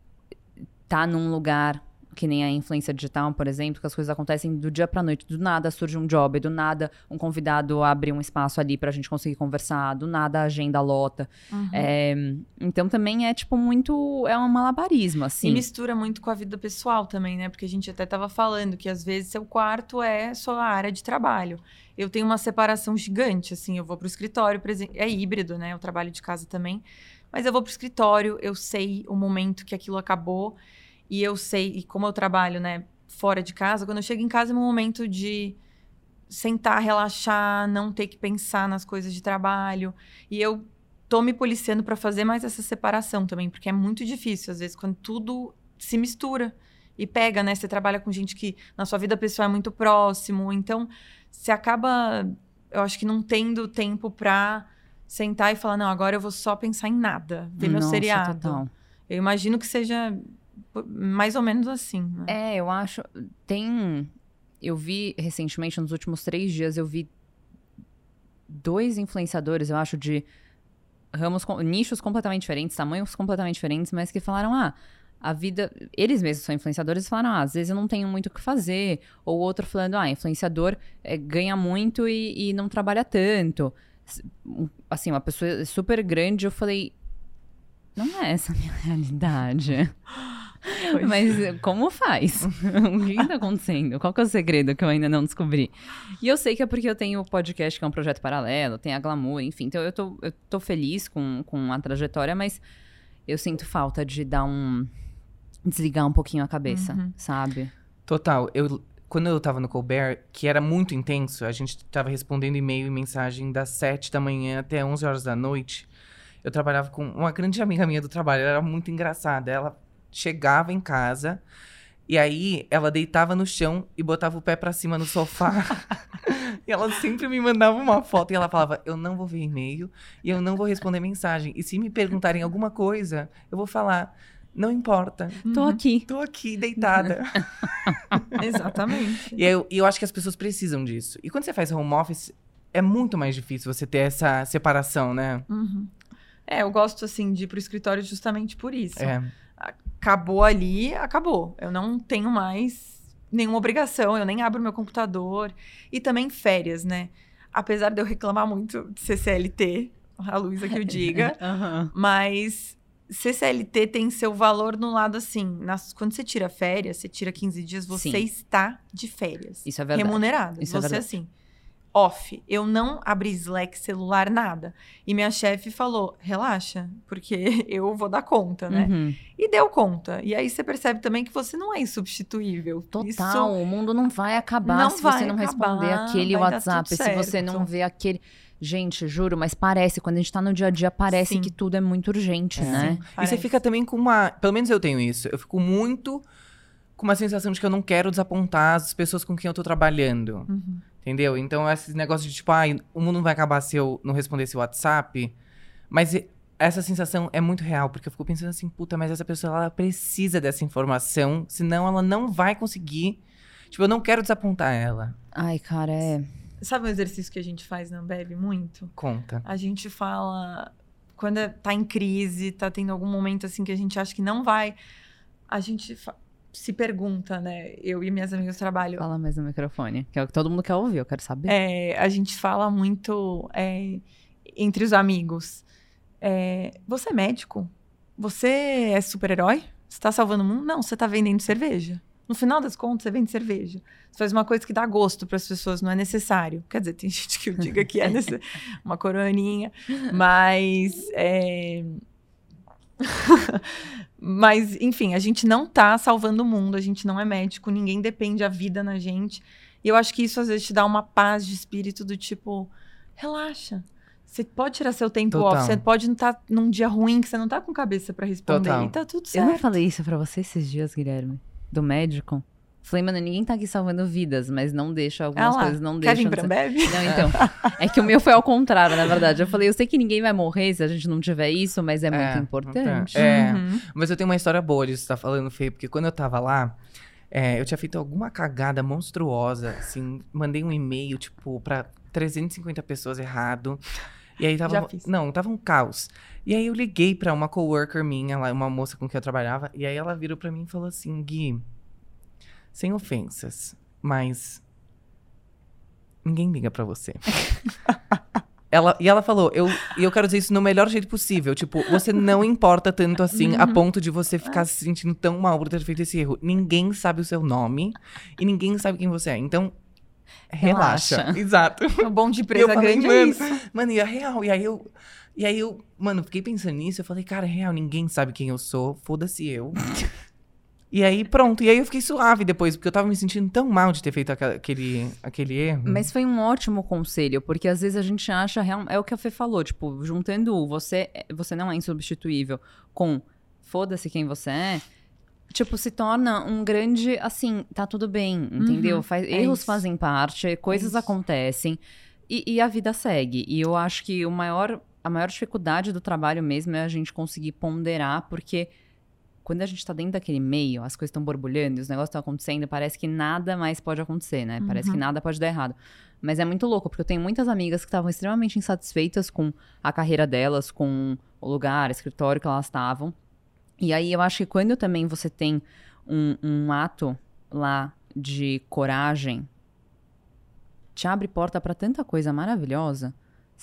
tá num lugar... que nem a influência digital, por exemplo, que as coisas acontecem do dia pra noite. Do nada surge um job, do nada um convidado abre um espaço ali pra gente conseguir conversar, do nada a agenda lota. Uhum. É, então também é tipo muito... É um malabarismo, assim. E mistura muito com a vida pessoal também, né? Porque a gente até tava falando que às vezes seu quarto é sua área de trabalho. Eu tenho uma separação gigante, assim, eu vou pro escritório, é híbrido, né? Eu trabalho de casa também. Mas eu vou pro escritório, eu sei o momento que aquilo acabou. E eu sei, e como eu trabalho, né, fora de casa, quando eu chego em casa é um momento de sentar, relaxar, não ter que pensar nas coisas de trabalho. E eu tô me policiando para fazer mais essa separação também, porque é muito difícil, às vezes, quando tudo se mistura e pega, né? Você trabalha com gente que na sua vida pessoal é muito próximo, então você acaba, eu acho que não tendo tempo para sentar e falar, não, agora eu vou só pensar em nada, ver meu Nossa, seriado. total. Eu imagino que seja... mais ou menos assim, né? É, eu acho... Tem... Eu vi recentemente, nos últimos três dias, eu vi dois influenciadores, eu acho, de ramos, nichos completamente diferentes, tamanhos completamente diferentes, mas que falaram, ah, a vida... Eles mesmos são influenciadores e falaram, ah, às vezes eu não tenho muito o que fazer. Ou outro falando, ah, influenciador é, ganha muito e, e não trabalha tanto. Assim, uma pessoa super grande, eu falei... Não é essa a minha realidade. Pois. Mas como faz? O que está acontecendo? Qual que é o segredo que eu ainda não descobri? E eu sei que é porque eu tenho o podcast, que é um projeto paralelo, tem a Glamour, enfim. Então eu tô, eu tô feliz com, com a trajetória, mas eu sinto falta de dar um... desligar um pouquinho a cabeça, Uhum. sabe? Total. Eu, quando eu tava no Colbert, que era muito intenso, a gente tava respondendo e-mail e mensagem das sete da manhã até onze horas da noite. Eu trabalhava com uma grande amiga minha do trabalho, ela era muito engraçada. Ela chegava em casa e aí ela deitava no chão e botava o pé pra cima no sofá. E ela sempre me mandava uma foto e ela falava, eu não vou ver e-mail e eu não vou responder mensagem. E se me perguntarem alguma coisa, eu vou falar, não importa. Tô aqui. Tô aqui, deitada. Exatamente. E eu, e eu acho que as pessoas precisam disso. E quando você faz home office, é muito mais difícil você ter essa separação, né? Uhum. É, eu gosto, assim, de ir pro escritório justamente por isso. É. acabou ali, acabou. Eu não tenho mais nenhuma obrigação, eu nem abro meu computador. E também férias, né? Apesar de eu reclamar muito de ser C L T, a Luísa que o diga, Uhum. mas ser C L T tem seu valor no lado assim, nas, quando você tira férias, você tira quinze dias, você Sim. está de férias. Isso é verdade. Remunerada. Isso é você verdade. assim, off. Eu não abri Slack, celular, nada. E minha chefe falou, relaxa, porque eu vou dar conta, né? Uhum. E deu conta. E aí você percebe também que você não é insubstituível. Total, Isso o mundo não vai acabar não se vai você não responder acabar, aquele vai dar WhatsApp, tudo se você não certo. vê aquele... Gente, juro, mas parece, quando a gente tá no dia a dia, parece Sim. que tudo é muito urgente, É. né? E você Parece. fica também com uma... Pelo menos eu tenho isso. Eu fico muito com uma sensação de que eu não quero desapontar as pessoas com quem eu tô trabalhando. Uhum. Entendeu? Então, esse negócio de tipo, ai, o mundo não vai acabar se eu não responder esse WhatsApp. Mas e- essa sensação é muito real, porque eu fico pensando assim, puta, mas essa pessoa, ela precisa dessa informação, senão ela não vai conseguir. Tipo, eu não quero desapontar ela. Ai, cara, é... Sabe um exercício que a gente faz na Ambev muito? Conta. A gente fala, quando é- tá em crise, tá tendo algum momento assim que a gente acha que não vai, a gente fa- se pergunta, né? Eu e minhas amigas do trabalho. Fala mais no microfone, que é o que todo mundo quer ouvir, eu quero saber. É, a gente fala muito é, entre os amigos. É, você é médico? Você é super-herói? Você tá salvando o mundo? Não, você tá vendendo cerveja. No final das contas, você vende cerveja. Você faz uma coisa que dá gosto para as pessoas, não é necessário. Quer dizer, tem gente que diga que é nesse- uma coroninha, mas... é, mas, enfim, a gente não tá salvando o mundo, a gente não é médico, ninguém depende a vida na gente. E eu acho que isso às vezes te dá uma paz de espírito do tipo, relaxa. Você pode tirar seu tempo Total. off, você pode não estar num dia ruim que você não tá com cabeça pra responder. Total. E tá tudo Eu certo. não falei isso pra você esses dias, Guilherme? Do médico? Falei, mano, ninguém tá aqui salvando vidas, mas não deixa algumas Ah lá, coisas, não quer deixa... vir pra Ambev? Não, então. É que o meu foi ao contrário, na verdade. Eu falei, eu sei que ninguém vai morrer se a gente não tiver isso, mas é, É, muito importante. É, Uhum. mas eu tenho uma história boa disso que você tá falando, Fê, porque quando eu tava lá, é, eu tinha feito alguma cagada monstruosa, assim, mandei um e-mail, tipo, pra trezentas e cinquenta pessoas errado. E aí tava. Já fiz. Não, tava um caos. E aí eu liguei pra uma coworker minha, lá, uma moça com quem eu trabalhava, e aí ela virou pra mim e falou assim: Gui, sem ofensas, mas ninguém liga pra você. Ela, e ela falou, eu, e eu quero dizer isso no melhor jeito possível. Tipo, você não importa tanto assim, a ponto de você ficar se sentindo tão mal por ter feito esse erro. Ninguém sabe o seu nome e ninguém sabe quem você é. Então, relaxa. Relaxa. Exato. O bom de E eu empresa falei, grande é mano, isso. mano, e é real. E aí eu, e aí eu, mano, fiquei pensando nisso. Eu falei, cara, é real, ninguém sabe quem eu sou. Foda-se eu. E aí, pronto. E aí eu fiquei suave depois, porque eu tava me sentindo tão mal de ter feito aquela- aquele, aquele erro. Mas foi um ótimo conselho, porque às vezes a gente acha, real- é o que a Fê falou, tipo, juntando o você, você não é insubstituível com foda-se quem você é, tipo, se torna um grande, assim, tá tudo bem, entendeu? Uhum, Faz, é erros isso. fazem parte, coisas isso. acontecem e, e a vida segue. E eu acho que o maior, a maior dificuldade do trabalho mesmo é a gente conseguir ponderar, porque quando a gente tá dentro daquele meio, as coisas estão borbulhando e os negócios estão acontecendo, parece que nada mais pode acontecer, né? Parece que Uhum. nada pode dar errado. Mas é muito louco, porque eu tenho muitas amigas que estavam extremamente insatisfeitas com a carreira delas, com o lugar, o escritório que elas estavam. E aí eu acho que quando também você tem um, um ato lá de coragem, te abre porta pra tanta coisa maravilhosa.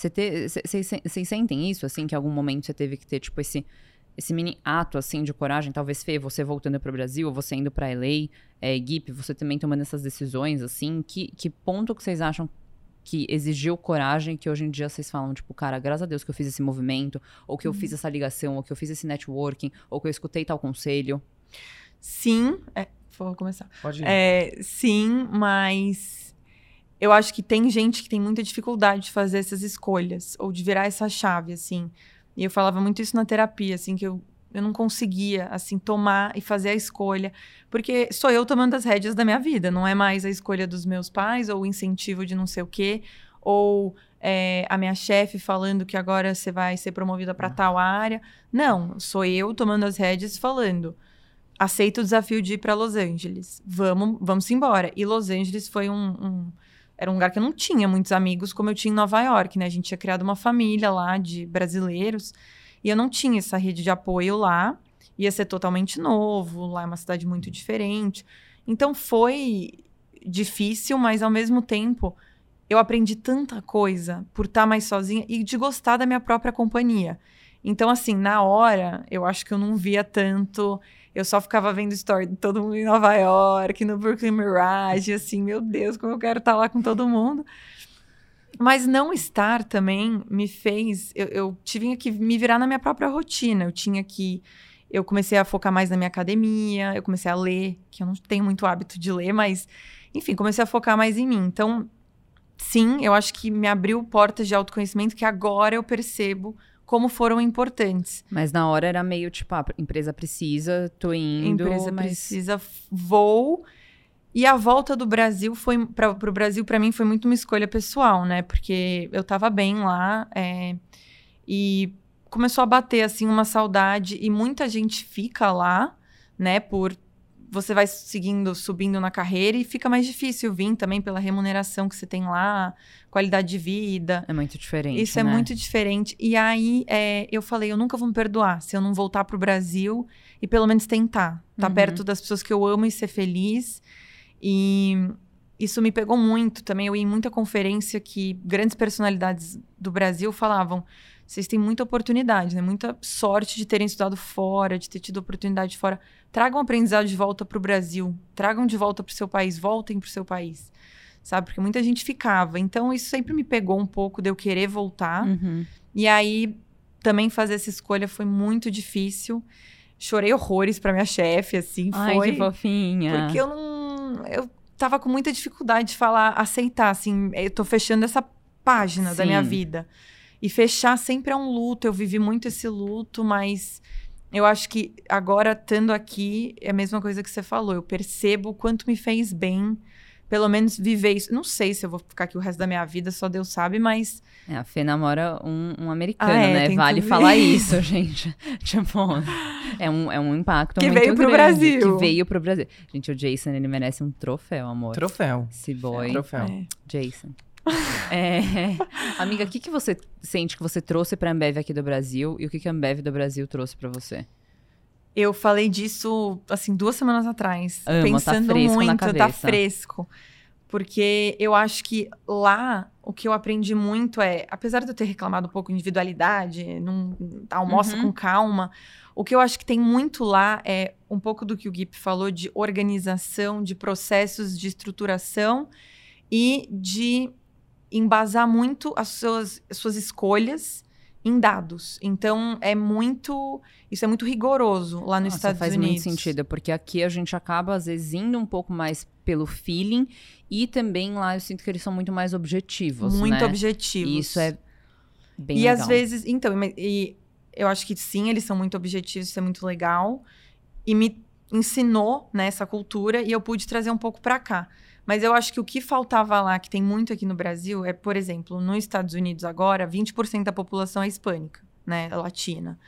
Vocês sentem isso, assim, que em algum momento você teve que ter, tipo, esse... Esse mini ato, assim, de coragem, talvez, Fê, você voltando pro Brasil, ou você indo pra L A, é, Gui, você também tomando essas decisões, assim, que, que ponto que vocês acham que exigiu coragem, que hoje em dia vocês falam, tipo, cara, graças a Deus que eu fiz esse movimento, ou que eu fiz essa ligação, ou que eu fiz esse networking, ou que eu escutei tal conselho? Sim, é, vou começar. Pode ir. É, sim, mas eu acho que tem gente que tem muita dificuldade de fazer essas escolhas, ou de virar essa chave, assim. E eu falava muito isso na terapia, assim, que eu, eu não conseguia, assim, tomar e fazer a escolha. Porque sou eu tomando as rédeas da minha vida, não é mais a escolha dos meus pais, ou o incentivo de não sei o quê, ou é, a minha chefe falando que agora você vai ser promovida para tal área. Não, sou eu tomando as rédeas e falando, aceito o desafio de ir para Los Angeles, vamos, vamos embora. E Los Angeles foi um... um Era um lugar que eu não tinha muitos amigos, como eu tinha em Nova York, né? A gente tinha criado uma família lá de brasileiros. E eu não tinha essa rede de apoio lá. ia ser totalmente novo, lá é uma cidade muito diferente. Então foi difícil, mas ao mesmo tempo eu aprendi tanta coisa por estar mais sozinha e de gostar da minha própria companhia. Então, assim, na hora, eu acho que eu não via tanto. Eu só ficava vendo story de todo mundo em Nova York, no Brooklyn Mirage, assim, meu Deus, como eu quero estar lá com todo mundo. Mas não estar também me fez... Eu, eu tive que me virar na minha própria rotina. Eu tinha que... Eu comecei a focar mais na minha academia, eu comecei a ler, que eu não tenho muito hábito de ler, mas... Enfim, comecei a focar mais em mim. Então, sim, eu acho que me abriu portas de autoconhecimento que agora eu percebo como foram importantes. Mas na hora era meio tipo, ah, empresa precisa, tô indo, Empresa mas... precisa, vou. E a volta do Brasil foi, para o Brasil, para mim, foi muito uma escolha pessoal, né? Porque eu tava bem lá, é, e começou a bater, assim, uma saudade. E muita gente fica lá, né? Por... Você vai seguindo, subindo na carreira e fica mais difícil vir também pela remuneração que você tem lá, qualidade de vida. É muito diferente, Isso né? é muito diferente. E aí, é, eu falei, eu nunca vou me perdoar se eu não voltar pro Brasil e pelo menos tentar. Estar Uhum. perto das pessoas que eu amo e ser feliz. E isso me pegou muito também. Eu ia em muita conferência que grandes personalidades do Brasil falavam... Vocês têm muita oportunidade, né? Muita sorte de terem estudado fora, de ter tido oportunidade fora. Tragam aprendizado de volta para o Brasil. Tragam de volta para o seu país. Voltem para o seu país. Sabe? Porque muita gente ficava. Então, isso sempre me pegou um pouco de eu querer voltar. Uhum. E aí, também fazer essa escolha foi muito difícil. Chorei horrores para minha chefe, assim. Ai, foi que fofinha. Porque eu não... Eu tava com muita dificuldade de falar, aceitar, assim. Eu tô fechando essa página Sim. da minha vida. E fechar sempre é um luto. Eu vivi muito esse luto, mas eu acho que agora, estando aqui, é a mesma coisa que você falou. Eu percebo o quanto me fez bem, pelo menos viver isso. Não sei se eu vou ficar aqui o resto da minha vida, só Deus sabe, mas... É, a Fê namora um, um americano, Ah, é, né? tem Vale tudo falar isso. isso, gente. Tipo, é um, é um impacto Que muito veio pro grande. Brasil. Que veio pro Brasil. Gente, o Jason, ele merece um troféu, amor. Troféu. Esse boy. Troféu. É. Jason. É, amiga, o que, que você sente que você trouxe pra Ambev aqui do Brasil e o que, que a Ambev do Brasil trouxe pra você? Eu falei disso, assim, duas semanas atrás. Amo, pensando tá fresco muito, na tá cabeça. fresco. Porque eu acho que lá, o que eu aprendi muito é... Apesar de eu ter reclamado um pouco de individualidade, não almoça Uhum. com calma... O que eu acho que tem muito lá é um pouco do que o Gui falou de organização, de processos de estruturação e de embasar muito as suas, as suas escolhas em dados. Então, é muito... Isso é muito rigoroso lá nos Nossa, Estados faz Unidos. muito sentido, porque aqui a gente acaba, às vezes, indo um pouco mais pelo feeling e também lá eu sinto que eles são muito mais objetivos, Muito né? objetivos. E isso é bem E legal. às vezes... Então, e, e eu acho que sim, eles são muito objetivos, isso é muito legal. E me ensinou, né, essa cultura e eu pude trazer um pouco pra cá. Mas eu acho que o que faltava lá, que tem muito aqui no Brasil, é, por exemplo, nos Estados Unidos agora, vinte por cento da população é hispânica, né, latina.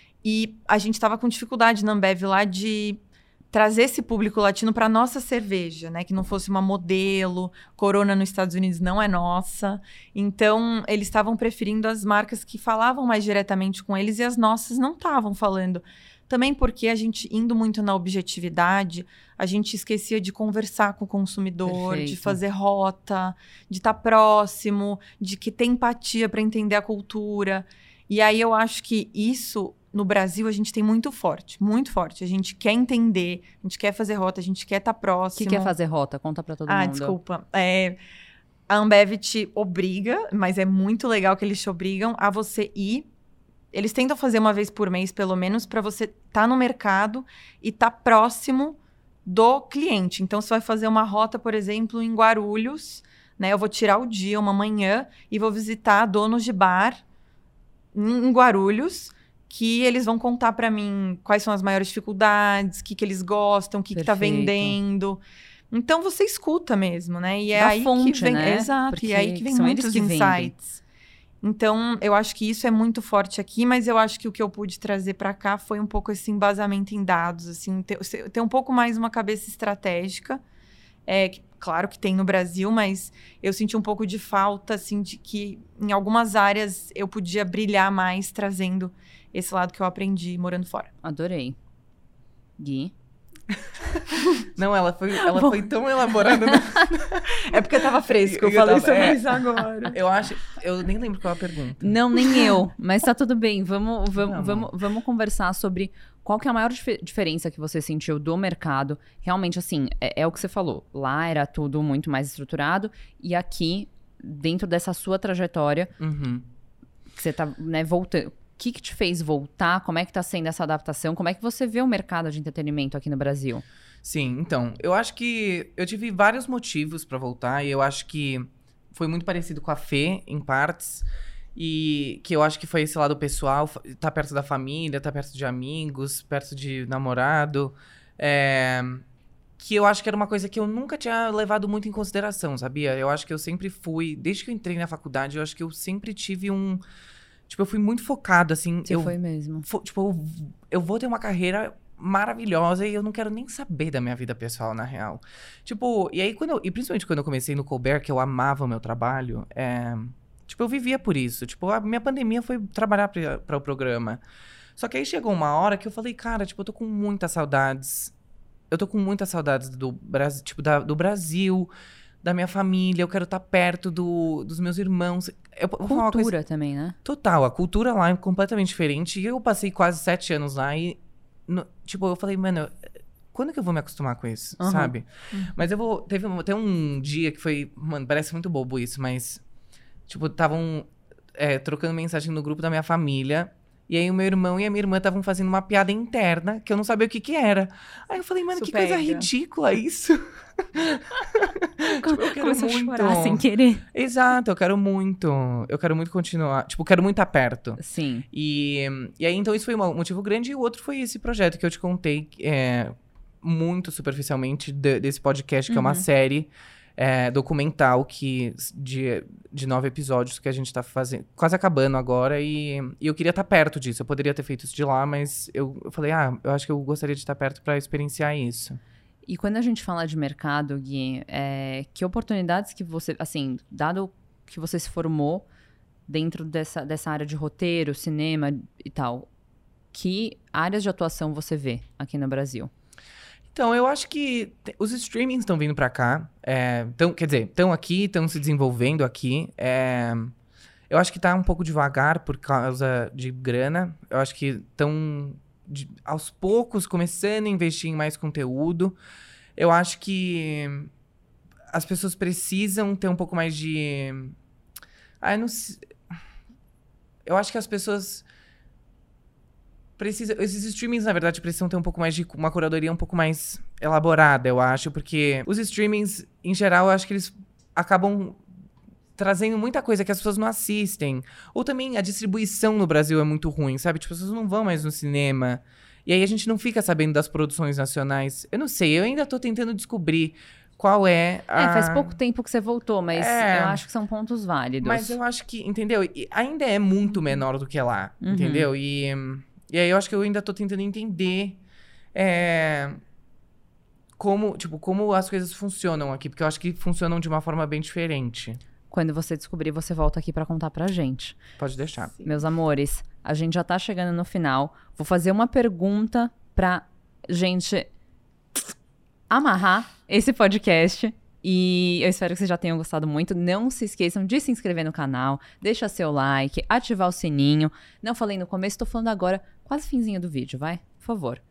E a gente estava com dificuldade na Ambev lá de trazer esse público latino para nossa cerveja, né, que não fosse uma modelo. Corona nos Estados Unidos não é nossa. Então, eles estavam preferindo as marcas que falavam mais diretamente com eles e as nossas não estavam falando. Também porque a gente, indo muito na objetividade, a gente esquecia de conversar com o consumidor, Perfeito. de fazer rota, de estar próximo, de que ter empatia para entender a cultura. E aí eu acho que isso, no Brasil, a gente tem muito forte, muito forte. A gente quer entender, a gente quer fazer rota, a gente quer estar O próximo. que, que é fazer rota? Conta pra todo ah, mundo. desculpa. É, a Ambev te obriga, mas é muito legal que eles te obrigam a você ir. Eles tentam fazer uma vez por mês, pelo menos, para você estar tá no mercado e estar tá próximo do cliente. Então, você vai fazer uma rota, por exemplo, em Guarulhos, né? Eu vou tirar o dia, uma manhã, e vou visitar donos de bar em Guarulhos, que eles vão contar para mim quais são as maiores dificuldades, o que, que eles gostam, o que, que tá Perfeito. vendendo. Então, você escuta mesmo, né? E é Da aí fonte, que vem... né? Exato, Porque e é aí que vem são muitos eles que vendem. insights. Então, eu acho que isso é muito forte aqui, mas eu acho que o que eu pude trazer para cá foi um pouco esse embasamento em dados, assim, ter, ter um pouco mais uma cabeça estratégica, é, que claro que tem no Brasil, mas eu senti um pouco de falta, assim, de que em algumas áreas eu podia brilhar mais trazendo esse lado que eu aprendi morando fora. Adorei. Gui? Não, ela foi, ela foi tão elaborada. Né? É porque eu tava fresco, eu, eu falei tava, sobre isso é, agora. Eu acho... Eu nem lembro qual é a pergunta. Não, nem eu. Mas tá tudo bem. Vamos, vamos, Não, vamos, vamos conversar sobre qual que é a maior dif- diferença que você sentiu do mercado. Realmente, assim, é, é o que você falou. Lá era tudo muito mais estruturado. E aqui, dentro dessa sua trajetória, uhum. que você tá, né, voltando... O que, que te fez voltar? Como é que tá sendo essa adaptação? Como é que você vê o mercado de entretenimento aqui no Brasil? Sim, então, eu acho que eu tive vários motivos pra voltar. E eu acho que foi muito parecido com a Fê, em partes. E que eu acho que foi esse lado pessoal. Tá perto da família, tá perto de amigos, perto de namorado. É... Que eu acho que era uma coisa que eu nunca tinha levado muito em consideração, sabia? Eu acho que eu sempre fui... Desde que eu entrei na faculdade, eu acho que eu sempre tive um... Tipo, eu fui muito focado, assim... Você eu, foi mesmo. Fo, tipo, eu, eu vou ter uma carreira maravilhosa e eu não quero nem saber da minha vida pessoal, na real. Tipo, e aí quando eu... E principalmente quando eu comecei no Colbert, que eu amava o meu trabalho, é... Tipo, eu vivia por isso. Tipo, a minha pandemia foi trabalhar pra, pra o programa. Só que aí chegou uma hora que eu falei, cara, tipo, eu tô com muitas saudades. Eu tô com muitas saudades do Brasil, tipo, da, do Brasil... da minha família, eu quero estar perto do, dos meus irmãos. Eu, vou falar uma Cultura coisa... também, né? Total, a cultura lá é completamente diferente. E eu passei quase sete anos lá e, no, tipo, eu falei, mano, quando que eu vou me acostumar com isso, uhum. sabe? Uhum. Mas eu vou... Teve tem um dia que foi... Mano, parece muito bobo isso, mas... Tipo, estavam é, trocando mensagem no grupo da minha família... E aí o meu irmão e a minha irmã estavam fazendo uma piada interna que eu não sabia o que que era. Aí eu falei, mano, Isso que pega. coisa ridícula isso. Tipo, eu quero Começou muito. a chorar sem querer. Exato, eu quero muito. Eu quero muito continuar. Tipo, eu quero muito estar perto. Sim. E, e aí, então, isso foi um motivo grande. E o outro foi esse projeto que eu te contei, é, muito superficialmente, de, desse podcast, que Uhum. é uma série... É, documental que, de, de nove episódios que a gente tá fazendo, quase acabando agora, e, e eu queria estar perto disso. Eu poderia ter feito isso de lá, mas eu, eu falei, ah, eu acho que eu gostaria de estar perto para experienciar isso. E quando a gente fala de mercado, Gui, é, que oportunidades que você, assim, dado que você se formou dentro dessa, dessa área de roteiro, cinema e tal, que áreas de atuação você vê aqui no Brasil? Então, eu acho que te- os streamings estão vindo pra cá. É, tão, quer dizer, estão aqui, estão se desenvolvendo aqui. É, eu acho que tá um pouco devagar por causa de grana. Eu acho que estão, aos poucos, começando a investir em mais conteúdo. Eu acho que as pessoas precisam ter um pouco mais de... Ah, eu não sei... Eu acho que as pessoas... Precisa, esses streamings, na verdade, precisam ter um pouco mais de uma curadoria um pouco mais elaborada, eu acho, porque os streamings, em geral, eu acho que eles acabam trazendo muita coisa que as pessoas não assistem. Ou também a distribuição no Brasil é muito ruim, sabe? Tipo, as pessoas não vão mais no cinema. E aí a gente não fica sabendo das produções nacionais. Eu não sei, eu ainda tô tentando descobrir qual é a... É, faz pouco tempo que você voltou, mas É. eu acho que são pontos válidos. Mas eu acho que, entendeu? E ainda é muito menor do que lá, Uhum. entendeu? E... E aí eu acho que eu ainda tô tentando entender é, como, tipo, como as coisas funcionam aqui. Porque eu acho que funcionam de uma forma bem diferente. Quando você descobrir, você volta aqui pra contar pra gente. Pode deixar. Sim. Meus amores, a gente já tá chegando no final. Vou fazer uma pergunta pra gente amarrar esse podcast. E eu espero que vocês já tenham gostado muito. Não se esqueçam de se inscrever no canal, deixa seu like, ativar o sininho. Não falei no começo, tô falando agora, quase finzinho do vídeo, vai? Por favor.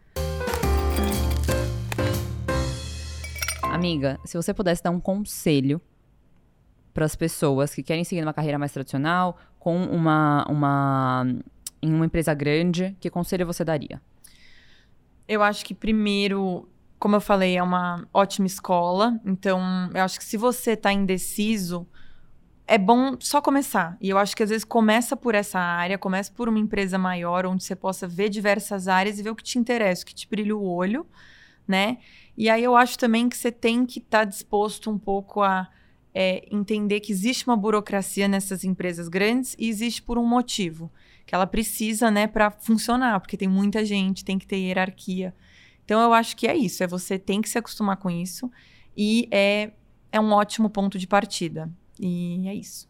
Amiga, se você pudesse dar um conselho para as pessoas que querem seguir uma carreira mais tradicional, com uma, uma em uma empresa grande, que conselho você daria? Eu acho que primeiro, como eu falei, é uma ótima escola. Então, eu acho que se você tá indeciso, é bom só começar. E eu acho que às vezes começa por essa área, começa por uma empresa maior, onde você possa ver diversas áreas e ver o que te interessa, o que te brilha o olho, né? E aí eu acho também que você tem que estar tá disposto um pouco a é, entender que existe uma burocracia nessas empresas grandes e existe por um motivo. Que ela precisa, né, para funcionar, porque tem muita gente, tem que ter hierarquia. Então, eu acho que é isso. É você tem que se acostumar com isso. E é é um ótimo ponto de partida. E é isso.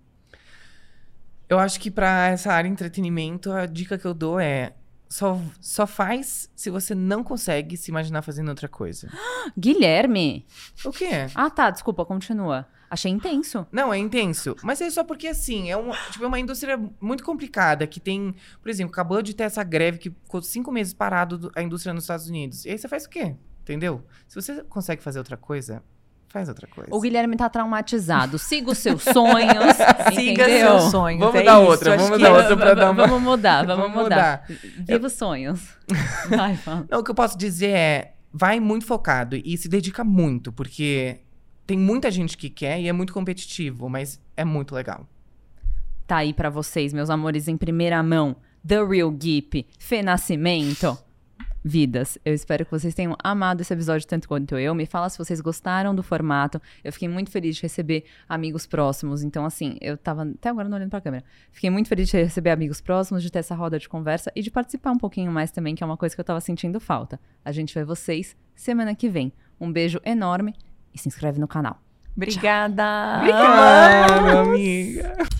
Eu acho que pra essa área de entretenimento, a dica que eu dou é... Só, só faz se você não consegue se imaginar fazendo outra coisa. Guilherme! O quê? Ah, tá, desculpa, continua. Achei intenso. Não, é intenso. Mas é só porque, assim, é uma, tipo, é uma indústria muito complicada, que tem... Por exemplo, acabou de ter essa greve que ficou cinco meses parado do- a indústria nos Estados Unidos. E aí você faz o quê? Entendeu? Se você consegue fazer outra coisa, faz outra coisa. O Guilherme tá traumatizado. Siga os seus sonhos. Siga entendeu? seus sonhos. Vamos é dar isso, outra, acho vamos que dar é- outra pra dar uma... Vamos mudar, vamos, Vamos mudar. Viva os sonhos. Vai, fala. Não, o que eu posso dizer é... Vai muito focado e se dedica muito, porque... Tem muita gente que quer e é muito competitivo, mas é muito legal. Tá aí pra vocês, meus amores, em primeira mão. The Real Gip, Fê Nascimento. Vidas, eu espero que vocês tenham amado esse episódio tanto quanto eu. Me fala se vocês gostaram do formato. Eu fiquei muito feliz de receber amigos próximos. Então, assim, eu tava até agora não olhando pra câmera. Fiquei muito feliz de receber amigos próximos, de ter essa roda de conversa e de participar um pouquinho mais também, que é uma coisa que eu tava sentindo falta. A gente vê vocês semana que vem. Um beijo enorme e se inscreve no canal. Obrigada! Obrigada, amiga!